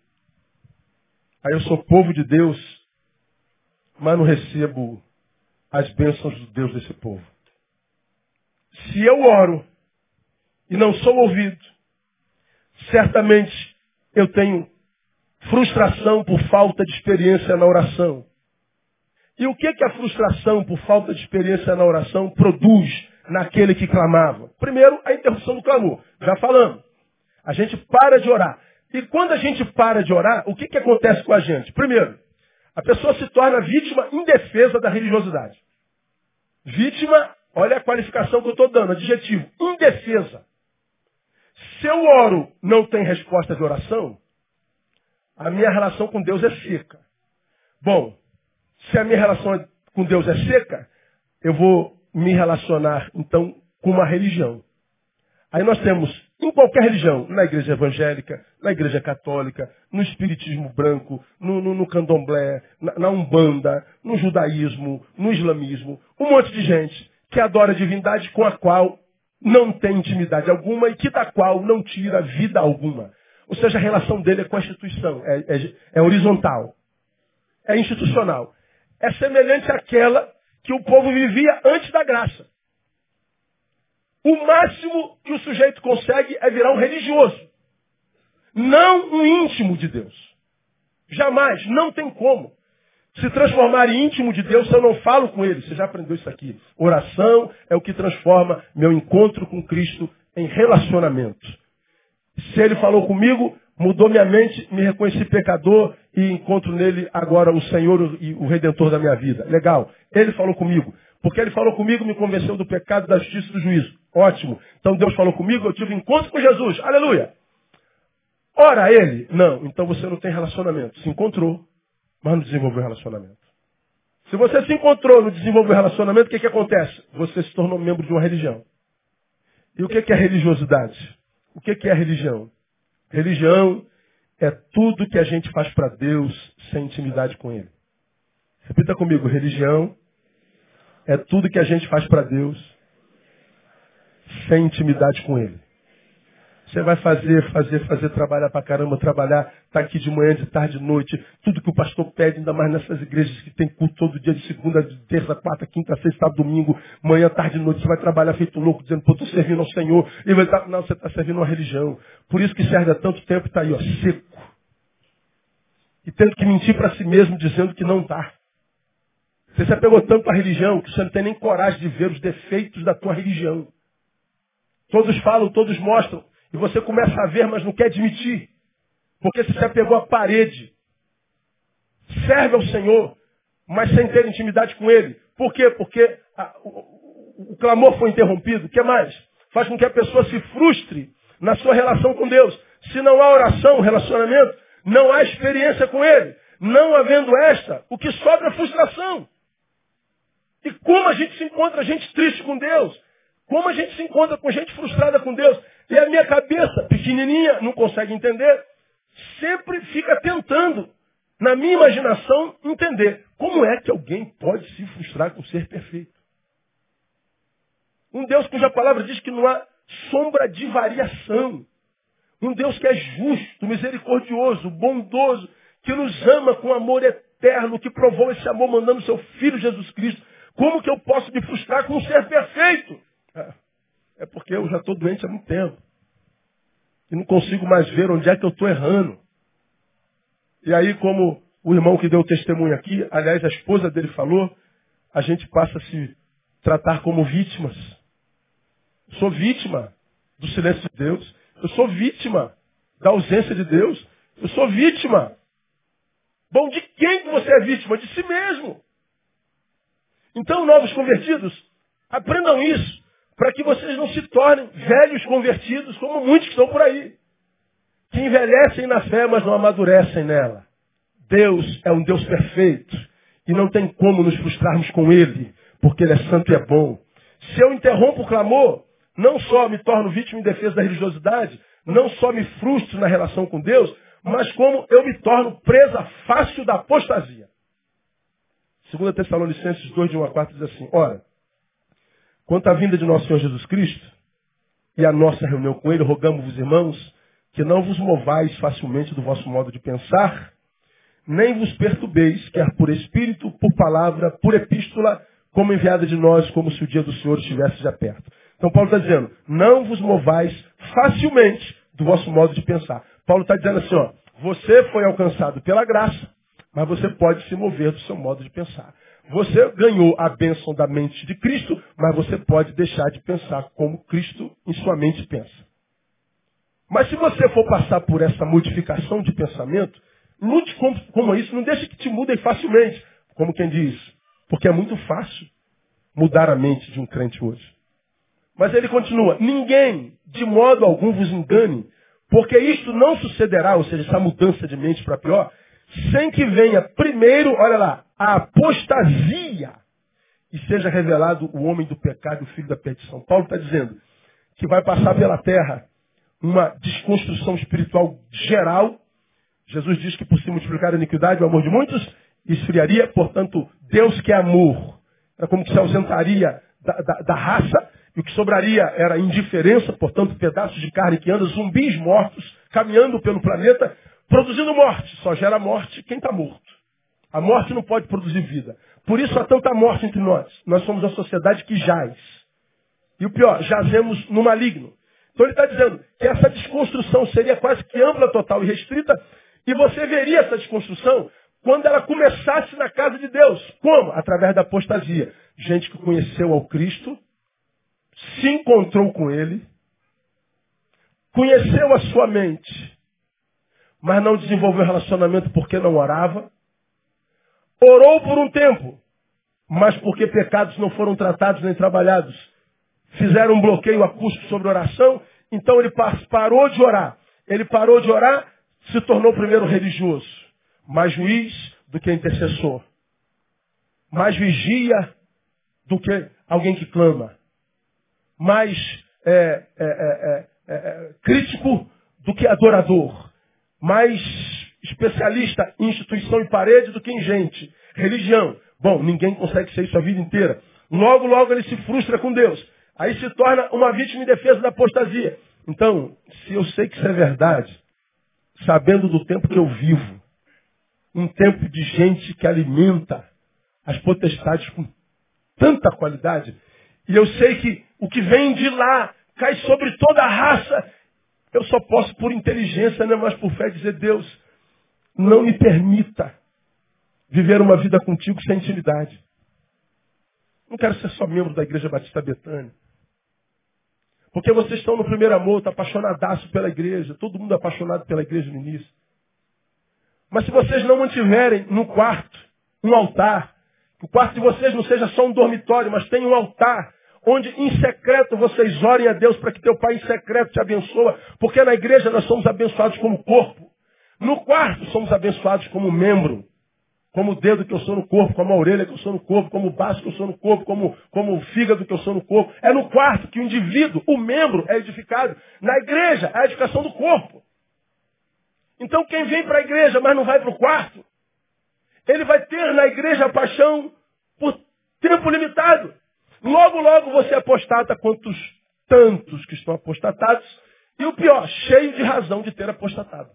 Aí eu sou povo de Deus, mas não recebo as bênçãos do Deus desse povo. Se eu oro e não sou ouvido, certamente eu tenho frustração por falta de experiência na oração. E o que que a frustração por falta de experiência na oração produz naquele que clamava? Primeiro, a interrupção do clamor. Já falamos. A gente para de orar. E quando a gente para de orar, o que que acontece com a gente? Primeiro, a pessoa se torna vítima indefesa da religiosidade. Vítima, olha a qualificação que eu estou dando, adjetivo, indefesa. Se eu oro não tem resposta de oração, a minha relação com Deus é seca. Bom, se a minha relação com Deus é seca, eu vou me relacionar, então, com uma religião. Aí nós temos, em qualquer religião, na igreja evangélica, na igreja católica, no espiritismo branco, no, no, no candomblé, na, na umbanda, no judaísmo, no islamismo, um monte de gente que adora a divindade com a qual não tem intimidade alguma e que da qual não tira vida alguma. Ou seja, a relação dele é com a instituição, é, é, é horizontal, é institucional. É semelhante àquela que o povo vivia antes da graça. O máximo que o sujeito consegue é virar um religioso. Não um íntimo de Deus. Jamais, não tem como se transformar em íntimo de Deus se eu não falo com Ele. Você já aprendeu isso aqui. Oração é o que transforma meu encontro com Cristo em relacionamento. Se Ele falou comigo, mudou minha mente, me reconheci pecador e encontro nele agora o Senhor e o Redentor da minha vida. Legal. Ele falou comigo. Porque Ele falou comigo, me convenceu do pecado, da justiça e do juízo. Ótimo. Então Deus falou comigo, eu tive encontro com Jesus. Aleluia. Ora Ele? Não. Então você não tem relacionamento. Se encontrou, mas não desenvolveu relacionamento. Se você se encontrou, não desenvolveu relacionamento, o que, que acontece? Você se tornou membro de uma religião. E o que, que é religiosidade? O que, que é religião? Religião é tudo que a gente faz para Deus sem intimidade com Ele. Repita comigo, religião é tudo que a gente faz para Deus sem intimidade com Ele. Você vai fazer, fazer, fazer, trabalhar pra caramba, trabalhar, tá aqui de manhã, de tarde, de noite, tudo que o pastor pede, ainda mais nessas igrejas que tem culto todo dia, de segunda, de terça, quarta, quinta, sexta, domingo, manhã, tarde, noite, você vai trabalhar feito louco, dizendo, pô, tô servindo ao Senhor, e vai estar, não, você está servindo uma religião. Por isso que serve há tanto tempo e está aí, ó, seco. E tendo que mentir para si mesmo, dizendo que não está. Você se apegou tanto à religião que você não tem nem coragem de ver os defeitos da tua religião. Todos falam, todos mostram. E você começa a ver, mas não quer admitir. Porque você se apegou à parede. Serve ao Senhor, mas sem ter intimidade com Ele. Por quê? Porque a, o, o clamor foi interrompido. O que mais? faz com que a pessoa se frustre na sua relação com Deus. Se não há oração, relacionamento, não há experiência com Ele. Não havendo esta, o que sobra é frustração. E como a gente se encontra gente triste com Deus? Como a gente se encontra com gente frustrada com Deus? E a minha cabeça, pequenininha, não consegue entender, sempre fica tentando, na minha imaginação, entender como é que alguém pode se frustrar com o ser perfeito. Um Deus cuja palavra diz que não há sombra de variação. Um Deus que é justo, misericordioso, bondoso, que nos ama com amor eterno, que provou esse amor mandando seu Filho Jesus Cristo. Como que eu posso me frustrar com um ser perfeito? É porque eu já estou doente há muito tempo. E não consigo mais ver onde é que eu estou errando. E aí, como o irmão que deu o testemunho aqui, aliás, a esposa dele falou, a gente passa a se tratar como vítimas. Eu sou vítima do silêncio de Deus. Eu sou vítima da ausência de Deus. Eu sou vítima. Bom, de quem que você é vítima? De si mesmo. Então, novos convertidos, aprendam isso, para que vocês não se tornem velhos convertidos, como muitos que estão por aí, que envelhecem na fé, mas não amadurecem nela. Deus é um Deus perfeito, e não tem como nos frustrarmos com Ele, porque Ele é santo e é bom. Se eu interrompo o clamor, não só me torno vítima em defesa da religiosidade, não só me frustro na relação com Deus, mas como eu me torno presa fácil da apostasia. Segunda Tessalonicenses dois, de um a quatro, diz assim, ora, quanto à vinda de nosso Senhor Jesus Cristo e a nossa reunião com Ele, rogamos-vos, irmãos, que não vos movais facilmente do vosso modo de pensar, nem vos perturbeis, quer por espírito, por palavra, por epístola, como enviada de nós, como se o dia do Senhor estivesse já perto. Então Paulo está dizendo, não vos movais facilmente do vosso modo de pensar. Paulo está dizendo assim, ó, você foi alcançado pela graça, mas você pode se mover do seu modo de pensar. Você ganhou a bênção da mente de Cristo, mas você pode deixar de pensar como Cristo em sua mente pensa. Mas se você for passar por essa modificação de pensamento, lute como, como isso, não deixe que te mudem facilmente, como quem diz, porque é muito fácil mudar a mente de um crente hoje. Mas ele continua, ninguém de modo algum vos engane, porque isto não sucederá, ou seja, essa mudança de mente para pior, sem que venha primeiro, olha lá, a apostasia e seja revelado o homem do pecado, o filho da perdição. Paulo está dizendo que vai passar pela terra uma desconstrução espiritual geral. Jesus diz que por se multiplicar a iniquidade, o amor de muitos esfriaria, portanto, Deus que é amor. É como que se ausentaria da, da, da raça, e o que sobraria era indiferença, portanto, pedaços de carne que andam, zumbis mortos, caminhando pelo planeta, produzindo morte. Só gera morte quem está morto. A morte não pode produzir vida. Por isso há tanta morte entre nós. Nós somos a sociedade que jaz. E o pior, jazemos no maligno. Então ele está dizendo que essa desconstrução seria quase que ampla, total e restrita, e você veria essa desconstrução quando ela começasse na casa de Deus. Como? Através da apostasia. Gente que conheceu ao Cristo, se encontrou com Ele, conheceu a sua mente, mas não desenvolveu relacionamento porque não orava, orou por um tempo, mas porque pecados não foram tratados nem trabalhados, fizeram um bloqueio acústico sobre a oração, então ele parou de orar. Ele parou de orar, se tornou primeiro religioso, mais juiz do que intercessor, mais vigia do que alguém que clama, mais é, é, é, é, é, crítico do que adorador, mais especialista em instituição e parede do que em gente, religião. Bom, ninguém consegue ser isso a vida inteira. Logo, logo ele se frustra com Deus. Aí se torna uma vítima em defesa da apostasia. Então, se eu sei que isso é verdade, sabendo do tempo que eu vivo, um tempo de gente que alimenta as potestades com tanta qualidade, e eu sei que o que vem de lá cai sobre toda a raça, eu só posso por inteligência, não é mais por fé, dizer, Deus, não me permita viver uma vida contigo sem intimidade. Não quero ser só membro da Igreja Batista Betânia. Porque vocês estão no primeiro amor, está apaixonadaço pela igreja, todo mundo é apaixonado pela igreja no início. Mas se vocês não mantiverem no quarto um altar, que o quarto de vocês não seja só um dormitório, mas tenha um altar, onde em secreto vocês orem a Deus para que teu Pai em secreto te abençoe, porque na igreja nós somos abençoados como corpo. No quarto somos abençoados como membro, como o dedo que eu sou no corpo, como a orelha que eu sou no corpo, como o baço que eu sou no corpo, como, como o fígado que eu sou no corpo. É no quarto que o indivíduo, o membro, é edificado. Na igreja, é a edificação do corpo. Então quem vem para a igreja, mas não vai para o quarto, ele vai ter na igreja a paixão por tempo limitado. Logo, logo você apostata quantos tantos que estão apostatados. E o pior, cheio de razão de ter apostatado.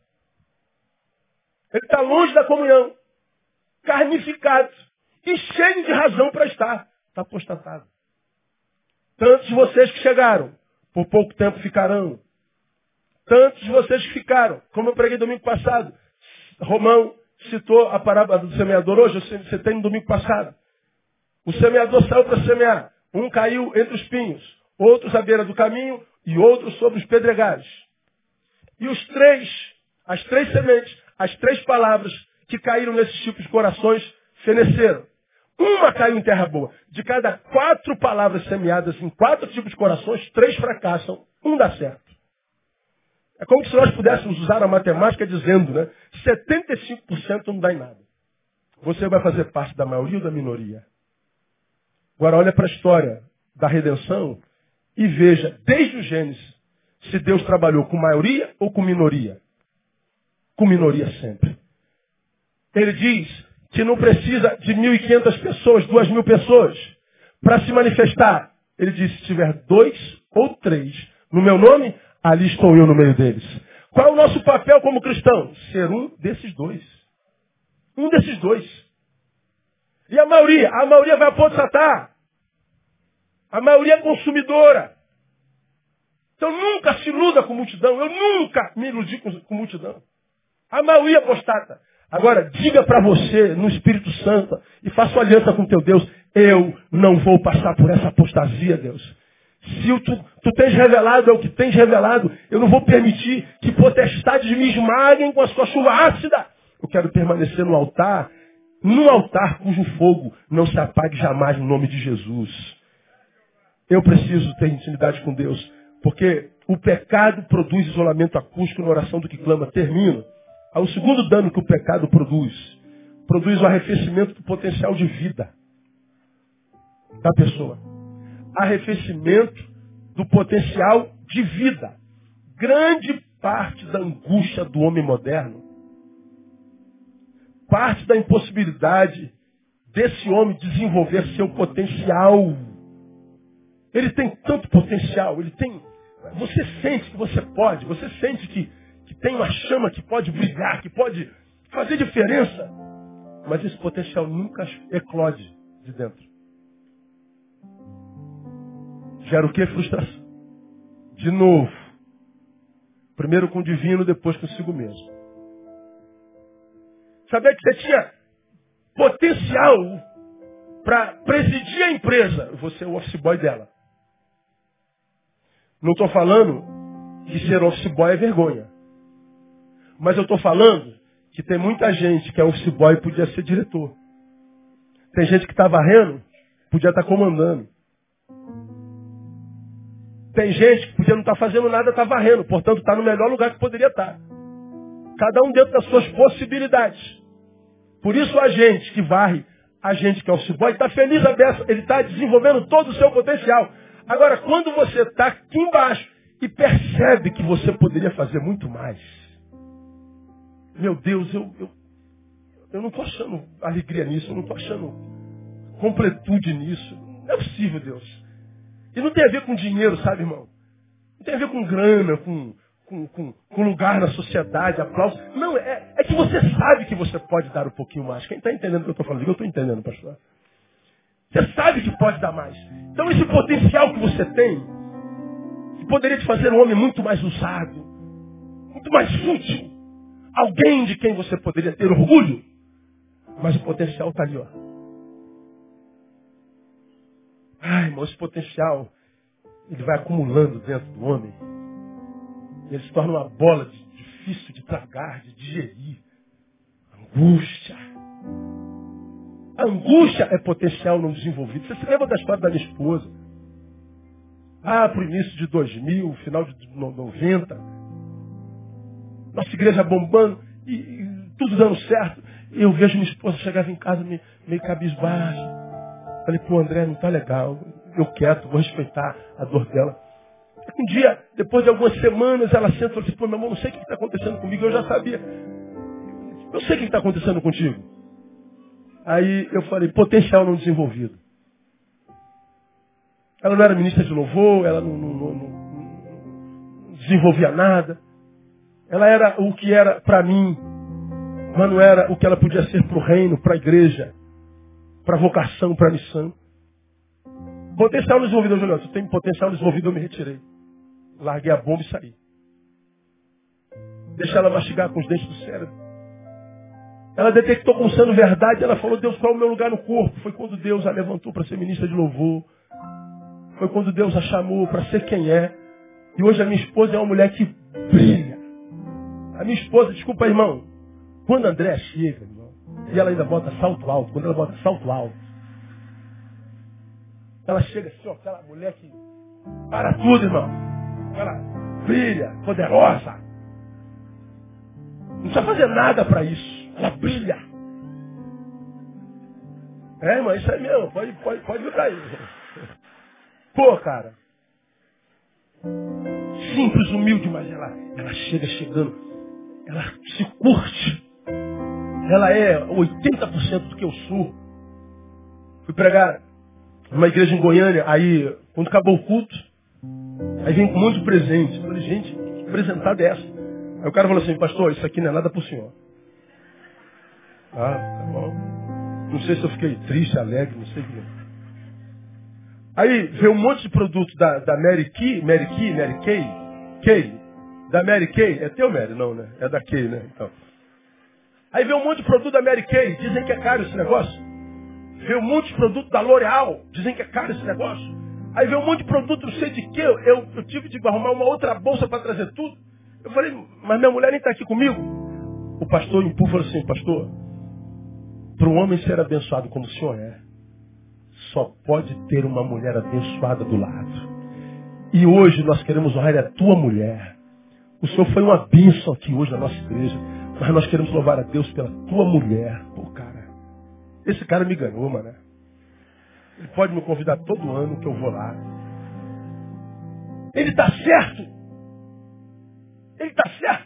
Ele está longe da comunhão, carnificado e cheio de razão para estar. Está apostatado. Tantos de vocês que chegaram, por pouco tempo ficarão. Tantos de vocês que ficaram, como eu preguei domingo passado. Romão citou a parábola do semeador hoje, eu citei no domingo passado. O semeador saiu para semear. Um caiu entre os pinhos, outros à beira do caminho e outros sobre os pedregais. E os três, as três sementes, as três palavras que caíram nesses tipos de corações feneceram. Uma caiu em terra boa. De cada quatro palavras semeadas em quatro tipos de corações, três fracassam, um dá certo. É como se nós pudéssemos usar a matemática dizendo, né? setenta e cinco por cento não dá em nada. Você vai fazer parte da maioria ou da minoria? Agora olha para a história da redenção e veja, desde o Gênesis, se Deus trabalhou com maioria ou com minoria. Com minoria sempre. Ele diz que não precisa de mil e quinhentas pessoas, duas mil pessoas, para se manifestar. Ele diz, se tiver dois ou três no meu nome, ali estou eu no meio deles. Qual é o nosso papel como cristão? Ser um desses dois. Um desses dois. E a maioria? A maioria vai apostatar. A maioria é consumidora. Então nunca se iluda com multidão. Eu nunca me iludi com, com multidão. A maioria apostata. Agora, diga para você, no Espírito Santo, e faça uma aliança com teu Deus, eu não vou passar por essa apostasia, Deus. Se tu, tu tens revelado, é o que tens revelado, eu não vou permitir que potestades me esmaguem com a sua chuva ácida. Eu quero permanecer no altar, num altar cujo fogo não se apague jamais no nome de Jesus. Eu preciso ter intimidade com Deus, porque o pecado produz isolamento acústico na oração do que clama. Termino. O segundo dano que o pecado produz, produz o arrefecimento do potencial de vida da pessoa. Arrefecimento do potencial de vida. Grande parte da angústia do homem moderno, parte da impossibilidade desse homem desenvolver seu potencial. Ele tem tanto potencial, ele tem. Você sente que você pode, você sente que, que tem uma chama que pode brilhar, que pode fazer diferença. Mas esse potencial nunca eclode de dentro. Gera o que? Frustração. De novo. Primeiro com o divino, depois consigo mesmo. Saber que você tinha potencial para presidir a empresa. Você é o office boy dela. Não estou falando que ser office boy é vergonha. Mas eu estou falando que tem muita gente que é office boy e podia ser diretor. Tem gente que está varrendo, podia estar comandando. Tem gente que podia não estar fazendo nada, está varrendo. Portanto, está no melhor lugar que poderia estar. Cada um dentro das suas possibilidades. Por isso a gente que varre, a gente que é office boy, está feliz a beça. Ele está desenvolvendo todo o seu potencial. Agora, quando você está aqui embaixo e percebe que você poderia fazer muito mais. Meu Deus, eu, eu, eu não estou achando alegria nisso, eu não estou achando completude nisso. Não é possível, Deus. E não tem a ver com dinheiro, sabe, irmão? Não tem a ver com grana, com, com, com, com lugar na sociedade, aplauso. Não, é, é que você sabe que você pode dar um pouquinho mais. Quem está entendendo o que eu estou falando? Eu estou entendendo, pastor. Você sabe que pode dar mais. Então esse potencial que você tem, que poderia te fazer um homem muito mais usado, muito mais útil, alguém de quem você poderia ter orgulho, mas o potencial está ali, ó. Ai, irmão, esse potencial, ele vai acumulando dentro do homem. Ele se torna uma bola de, difícil de tragar, de digerir. Angústia. A angústia é potencial não desenvolvido. Você se lembra da história da minha esposa? Ah, para o início de dois mil, final de noventa. Nossa igreja bombando e, e tudo dando certo. Eu vejo minha esposa chegava em casa meio, meio cabisbaixo. Falei, pô, André, não tá legal. Eu quieto, vou respeitar a dor dela. Um dia, depois de algumas semanas, ela senta e fala assim, pô, meu irmão, não sei o que está acontecendo comigo. Eu já sabia. Eu sei o que está acontecendo contigo. Aí eu falei, potencial não desenvolvido. Ela não era ministra de louvor, ela não, não, não, não desenvolvia nada. Ela era o que era para mim, mas não era o que ela podia ser para o reino, para a igreja, para a vocação, para a missão. Potencial não desenvolvido, eu falei, tu tem potencial não desenvolvido, eu me retirei. Larguei a bomba e saí. Deixei ela mastigar com os dentes do cérebro. Ela detectou como sendo verdade, ela falou, Deus, qual é o meu lugar no corpo? Foi quando Deus a levantou para ser ministra de louvor. Foi quando Deus a chamou para ser quem é. E hoje a minha esposa é uma mulher que brilha. A minha esposa, desculpa, irmão, quando a Andréa chega, irmão, e ela ainda bota salto alto, quando ela bota salto alto, ela chega assim, ó, aquela mulher que para tudo, irmão. Ela brilha, poderosa. Não precisa fazer nada para isso. Ela brilha. É, irmão, isso aí mesmo. Pode, pode, pode vir aí. Pô, cara. Simples, humilde, mas ela, ela chega chegando. Ela se curte. Ela é oitenta por cento do que eu sou. Fui pregar numa igreja em Goiânia. Aí, quando acabou o culto, aí vem com um monte de presente. Eu falei, gente, que presentada é essa? Aí o cara falou assim, pastor, isso aqui não é nada pro senhor. Ah, tá bom. Não sei se eu fiquei triste, alegre, não sei o que. Aí veio um monte de produto da, da Mary Kay, Mary Kay, Mary Kay, Kay, da Mary Kay. É teu Mary? Não, né? É da Kay, né? Então. Aí veio um monte de produto da Mary Kay, dizem que é caro esse negócio. Veio um monte de produto da L'Oreal, dizem que é caro esse negócio. Aí veio um monte de produto, não sei de que, eu, eu, eu tive de arrumar uma outra bolsa para trazer tudo. Eu falei, mas minha mulher nem está aqui comigo. O pastor Impu falou assim, pastor, para um homem ser abençoado como o senhor é, só pode ter uma mulher abençoada do lado. E hoje nós queremos honrar a tua mulher. O senhor foi uma bênção aqui hoje na nossa igreja, mas nós queremos louvar a Deus pela tua mulher. Pô, cara, esse cara me ganhou, mano. Ele pode me convidar todo ano que eu vou lá. Ele está certo. Ele está certo.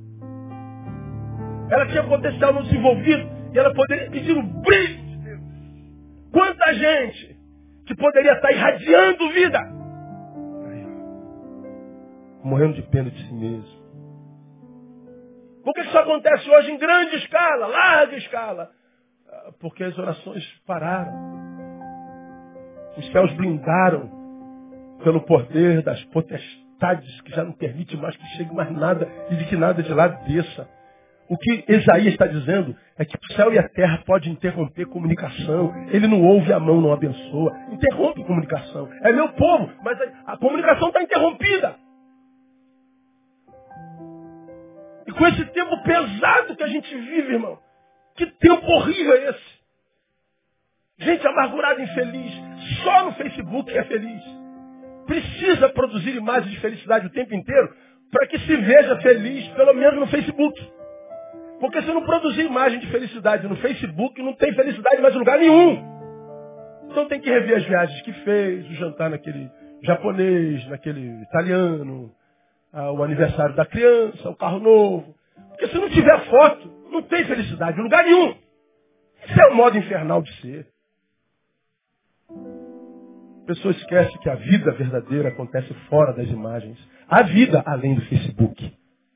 Ela tinha potencial não desenvolvido e ela poderia pedir o brilho de Deus. Quanta gente que poderia estar irradiando vida. Aí, ó, morrendo de pena de si mesmo. Por que isso acontece hoje em grande escala, larga escala? Porque as orações pararam. Os céus blindaram pelo poder das potestades que já não permite mais que chegue mais nada e de que nada de lá desça. O que Isaías está dizendo é que o céu e a terra podem interromper comunicação. Ele não ouve e a mão não abençoa. Interrompe comunicação. É meu povo, mas a, a comunicação está interrompida. E com esse tempo pesado que a gente vive, irmão, que tempo horrível é esse? Gente amargurada e infeliz, só no Facebook é feliz. Precisa produzir imagens de felicidade o tempo inteiro para que se veja feliz, pelo menos no Facebook. Porque se não produzir imagem de felicidade no Facebook, não tem felicidade mais em lugar nenhum. Então tem que rever as viagens que fez, o jantar naquele japonês, naquele italiano, o aniversário da criança, o carro novo. Porque se não tiver foto, não tem felicidade em lugar nenhum. Isso é um modo infernal de ser. A pessoa esquece que a vida verdadeira acontece fora das imagens. Há vida além do Facebook.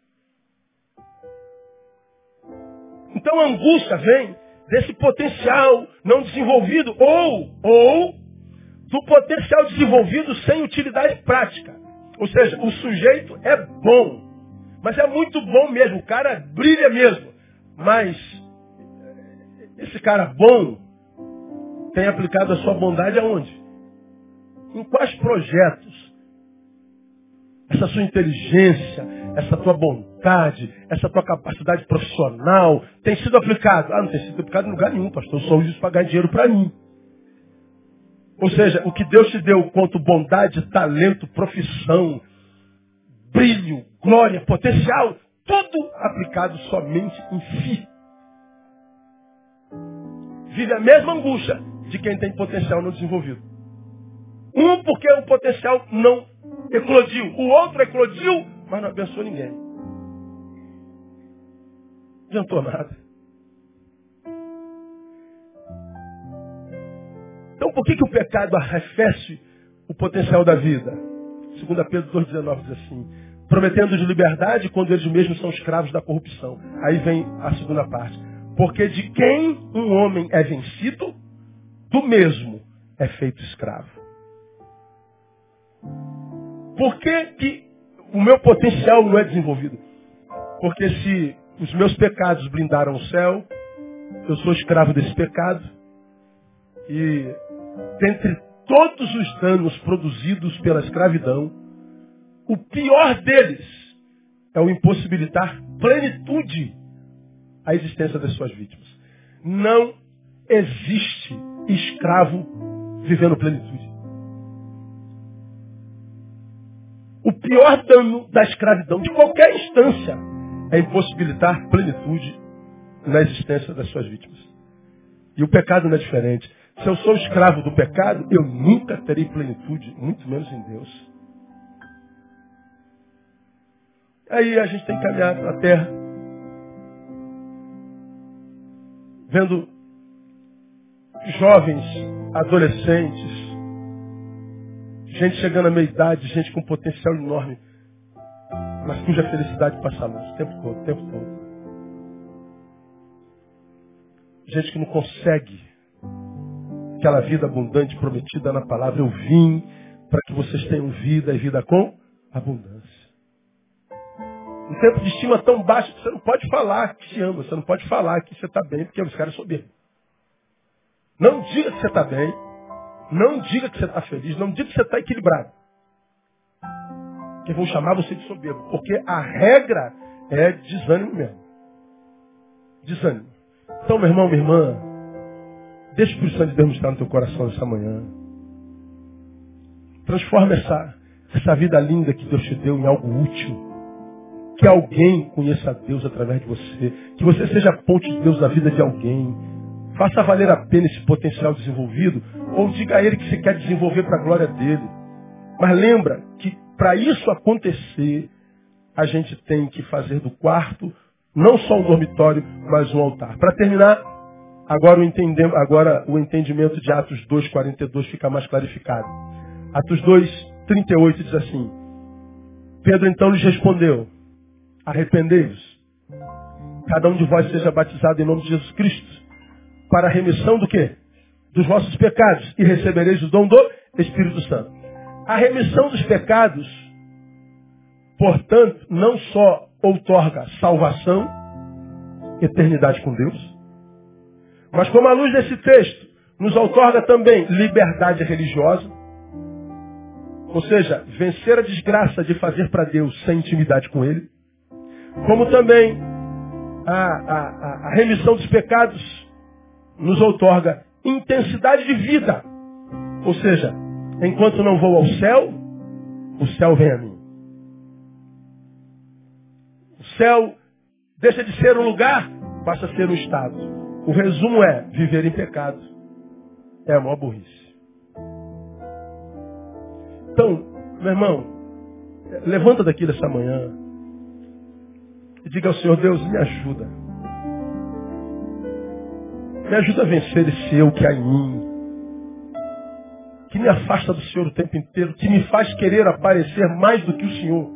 Então a angústia vem desse potencial não desenvolvido ou, ou do potencial desenvolvido sem utilidade prática. Ou seja, o sujeito é bom, mas é muito bom mesmo, o cara brilha mesmo. Mas esse cara bom tem aplicado a sua bondade aonde? Em quais projetos? Essa sua inteligência, essa tua bondade, essa tua capacidade profissional tem sido aplicado? Ah, não tem sido aplicado em lugar nenhum, pastor. Eu só uso isso para ganhar dinheiro para mim. Ou seja, o que Deus te deu quanto bondade, talento, profissão, brilho, glória, potencial, tudo aplicado somente em si. Vive a mesma angústia de quem tem potencial não desenvolvido. Um porque o potencial não eclodiu. O outro eclodiu, mas não abençoou ninguém. Não adiantou nada. Então por que, que o pecado arrefece o potencial da vida? Segundo Pedro dois, dezenove diz assim: prometendo de liberdade quando eles mesmos são escravos da corrupção. Aí vem a segunda parte. Porque de quem um homem é vencido, do mesmo é feito escravo. Por que, que o meu potencial não é desenvolvido? Porque se os meus pecados blindaram o céu, eu sou escravo desse pecado. E dentre todos os danos produzidos pela escravidão, o pior deles é o impossibilitar plenitude à existência das suas vítimas. Não existe escravo vivendo plenitude. O pior dano da escravidão, de qualquer instância, é impossibilitar plenitude na existência das suas vítimas. E o pecado não é diferente. Se eu sou escravo do pecado, eu nunca terei plenitude, muito menos em Deus. Aí a gente tem que caminhar na terra, vendo jovens, adolescentes, gente chegando à meia-idade, gente com potencial enorme, mas cuja felicidade passa longe, o tempo todo, o tempo todo. Gente que não consegue aquela vida abundante prometida na palavra. Eu vim para que vocês tenham vida e vida com abundância. Um tempo de estima tão baixo que você não pode falar que te ama, você não pode falar que você está bem, porque os caras são soberbos. Não diga que você está bem, não diga que você está feliz, não diga que você está equilibrado. Porque vão chamar você de soberbo, porque a regra é desânimo mesmo. Desânimo. Então, meu irmão, minha irmã, deixa o Espírito Santo de Deus estar no teu coração essa manhã. Transforma essa, essa vida linda que Deus te deu em algo útil. Que alguém conheça a Deus através de você. Que você seja a ponte de Deus na vida de alguém. Faça valer a pena esse potencial desenvolvido. Ou diga a Ele que você quer desenvolver para a glória dEle. Mas lembra que para isso acontecer, a gente tem que fazer do quarto não só um dormitório, mas um altar. Para terminar, agora o, entendem, agora o entendimento de Atos dois, quarenta e dois fica mais clarificado. Atos dois, trinta e oito diz assim: Pedro então lhes respondeu: arrependei-vos, cada um de vós seja batizado em nome de Jesus Cristo, para a remissão do quê? Dos vossos pecados, e recebereis o dom do Espírito Santo. A remissão dos pecados, portanto, não só outorga salvação, eternidade com Deus, mas como a luz desse texto, nos outorga também liberdade religiosa, ou seja, vencer a desgraça de fazer para Deus sem intimidade com Ele, como também a, a, a remissão dos pecados nos outorga intensidade de vida. Ou seja, enquanto não vou ao céu, o céu vem a mim. O céu deixa de ser um lugar, passa a ser um estado. O resumo é, viver em pecado é a maior burrice. Então, meu irmão, levanta daqui dessa manhã e diga ao Senhor: Deus, me ajuda. Me ajuda a vencer esse eu que há em mim, que me afasta do Senhor o tempo inteiro, que me faz querer aparecer mais do que o Senhor,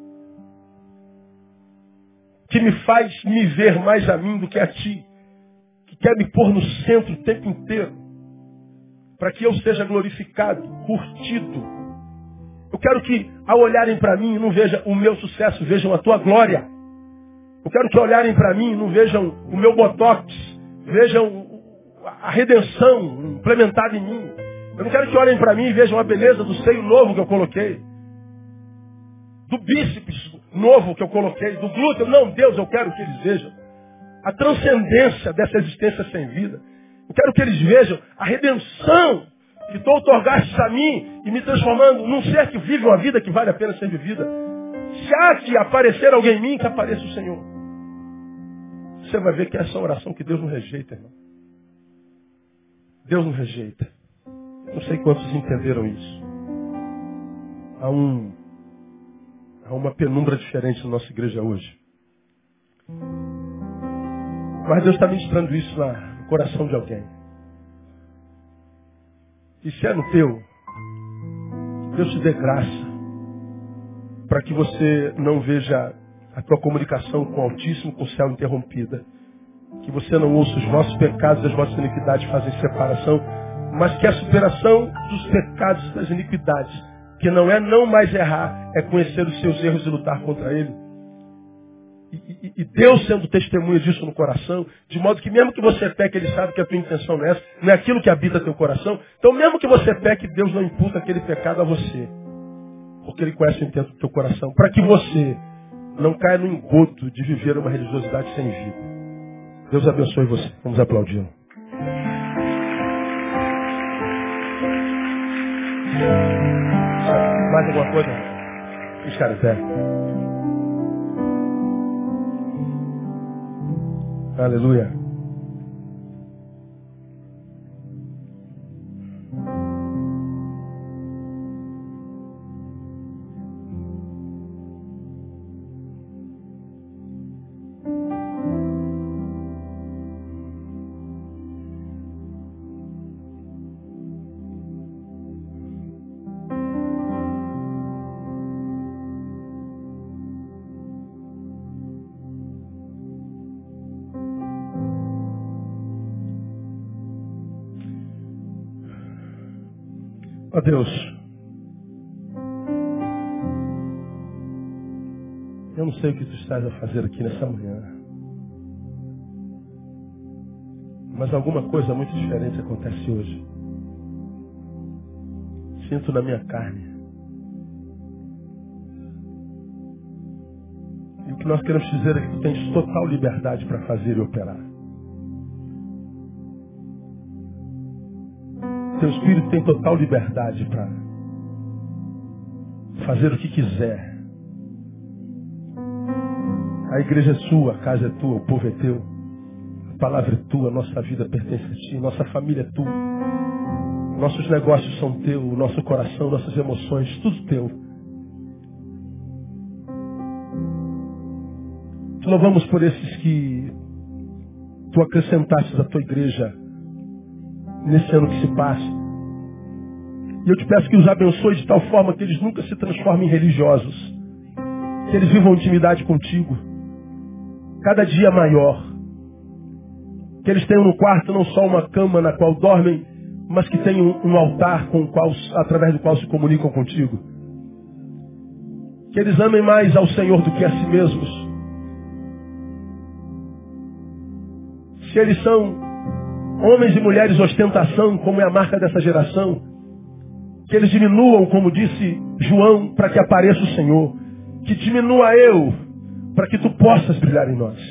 que me faz me ver mais a mim do que a Ti, que quer me pôr no centro o tempo inteiro, para que eu seja glorificado, curtido. Eu quero que, ao olharem para mim, não vejam o meu sucesso, vejam a Tua glória. Eu quero que olharem para mim, não vejam o meu botox, vejam a redenção implementada em mim. Eu não quero que olhem para mim e vejam a beleza do seio novo que eu coloquei, do bíceps novo que eu coloquei, do glúteo. Não, Deus, eu quero que eles vejam a transcendência dessa existência sem vida. Eu quero que eles vejam a redenção que tu outorgastes a mim e me transformando num ser que vive uma vida que vale a pena ser vivida. Se há que aparecer alguém em mim, que apareça o Senhor. Você vai ver que essa é a oração que Deus não rejeita, irmão. Deus não rejeita. Não sei quantos entenderam isso. Há, um, há uma penumbra diferente na nossa igreja hoje. Mas Deus está ministrando isso na, no coração de alguém. E se é no teu, Deus te dê graça para que você não veja a tua comunicação com o Altíssimo, com o céu interrompida. Que você não ouça os vossos pecados e as vossas iniquidades fazem separação, mas que a superação dos pecados e das iniquidades, que não é não mais errar, é conhecer os seus erros e lutar contra ele. E, e, e Deus sendo testemunha disso no coração, de modo que mesmo que você peque, Ele sabe que a tua intenção não é essa, não é aquilo que habita teu coração. Então mesmo que você peque, Deus não imputa aquele pecado a você. Porque Ele conhece o intento do teu coração. Para que você não caia no engodo de viver uma religiosidade sem vida. Deus abençoe você. Vamos aplaudir. Mais alguma coisa? Ficar em pé. Aleluia. Ó Deus, eu não sei o que tu estás a fazer aqui nessa manhã, mas alguma coisa muito diferente acontece hoje. Sinto na minha carne. E o que nós queremos dizer é que tu tens total liberdade para fazer e operar. Teu Espírito tem total liberdade para fazer o que quiser. A igreja é sua, a casa é tua, o povo é teu. A palavra é tua, a nossa vida pertence a ti, nossa família é tua. Nossos negócios são teu, o nosso coração, nossas emoções, tudo teu. Te louvamos por esses que tu acrescentaste à tua igreja nesse ano que se passa. E eu te peço que os abençoe de tal forma que eles nunca se transformem em religiosos. Que eles vivam intimidade contigo. Cada dia maior. Que eles tenham no quarto não só uma cama na qual dormem, mas que tenham um altar com o qual, através do qual se comunicam contigo. Que eles amem mais ao Senhor do que a si mesmos. Se eles são homens e mulheres ostentação, como é a marca dessa geração, que eles diminuam, como disse João, para que apareça o Senhor. Que diminua eu, para que tu possas brilhar em nós.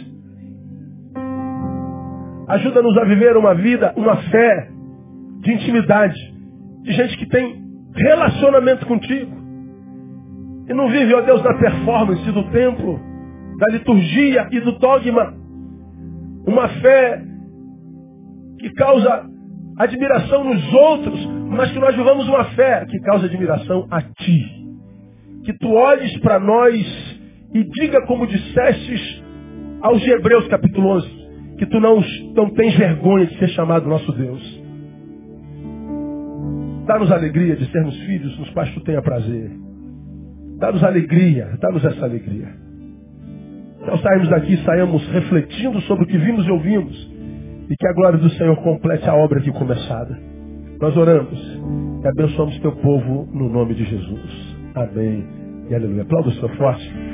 Ajuda-nos a viver uma vida, uma fé de intimidade, de gente que tem relacionamento contigo. E não vive, ó Deus, da performance do templo, da liturgia e do dogma. Uma fé que causa admiração nos outros, mas que nós vivamos uma fé que causa admiração a ti. Que tu olhes para nós e diga como dissestes aos Hebreus capítulo onze, que tu não, não tens vergonha de ser chamado nosso Deus. Dá-nos alegria de sermos filhos nos quais tu tenha prazer. Dá-nos alegria, dá-nos essa alegria. Então saímos daqui, saímos refletindo sobre o que vimos e ouvimos. E que a glória do Senhor complete a obra aqui começada. Nós oramos e abençoamos teu povo no nome de Jesus. Amém e aleluia. Aplauda o Senhor forte.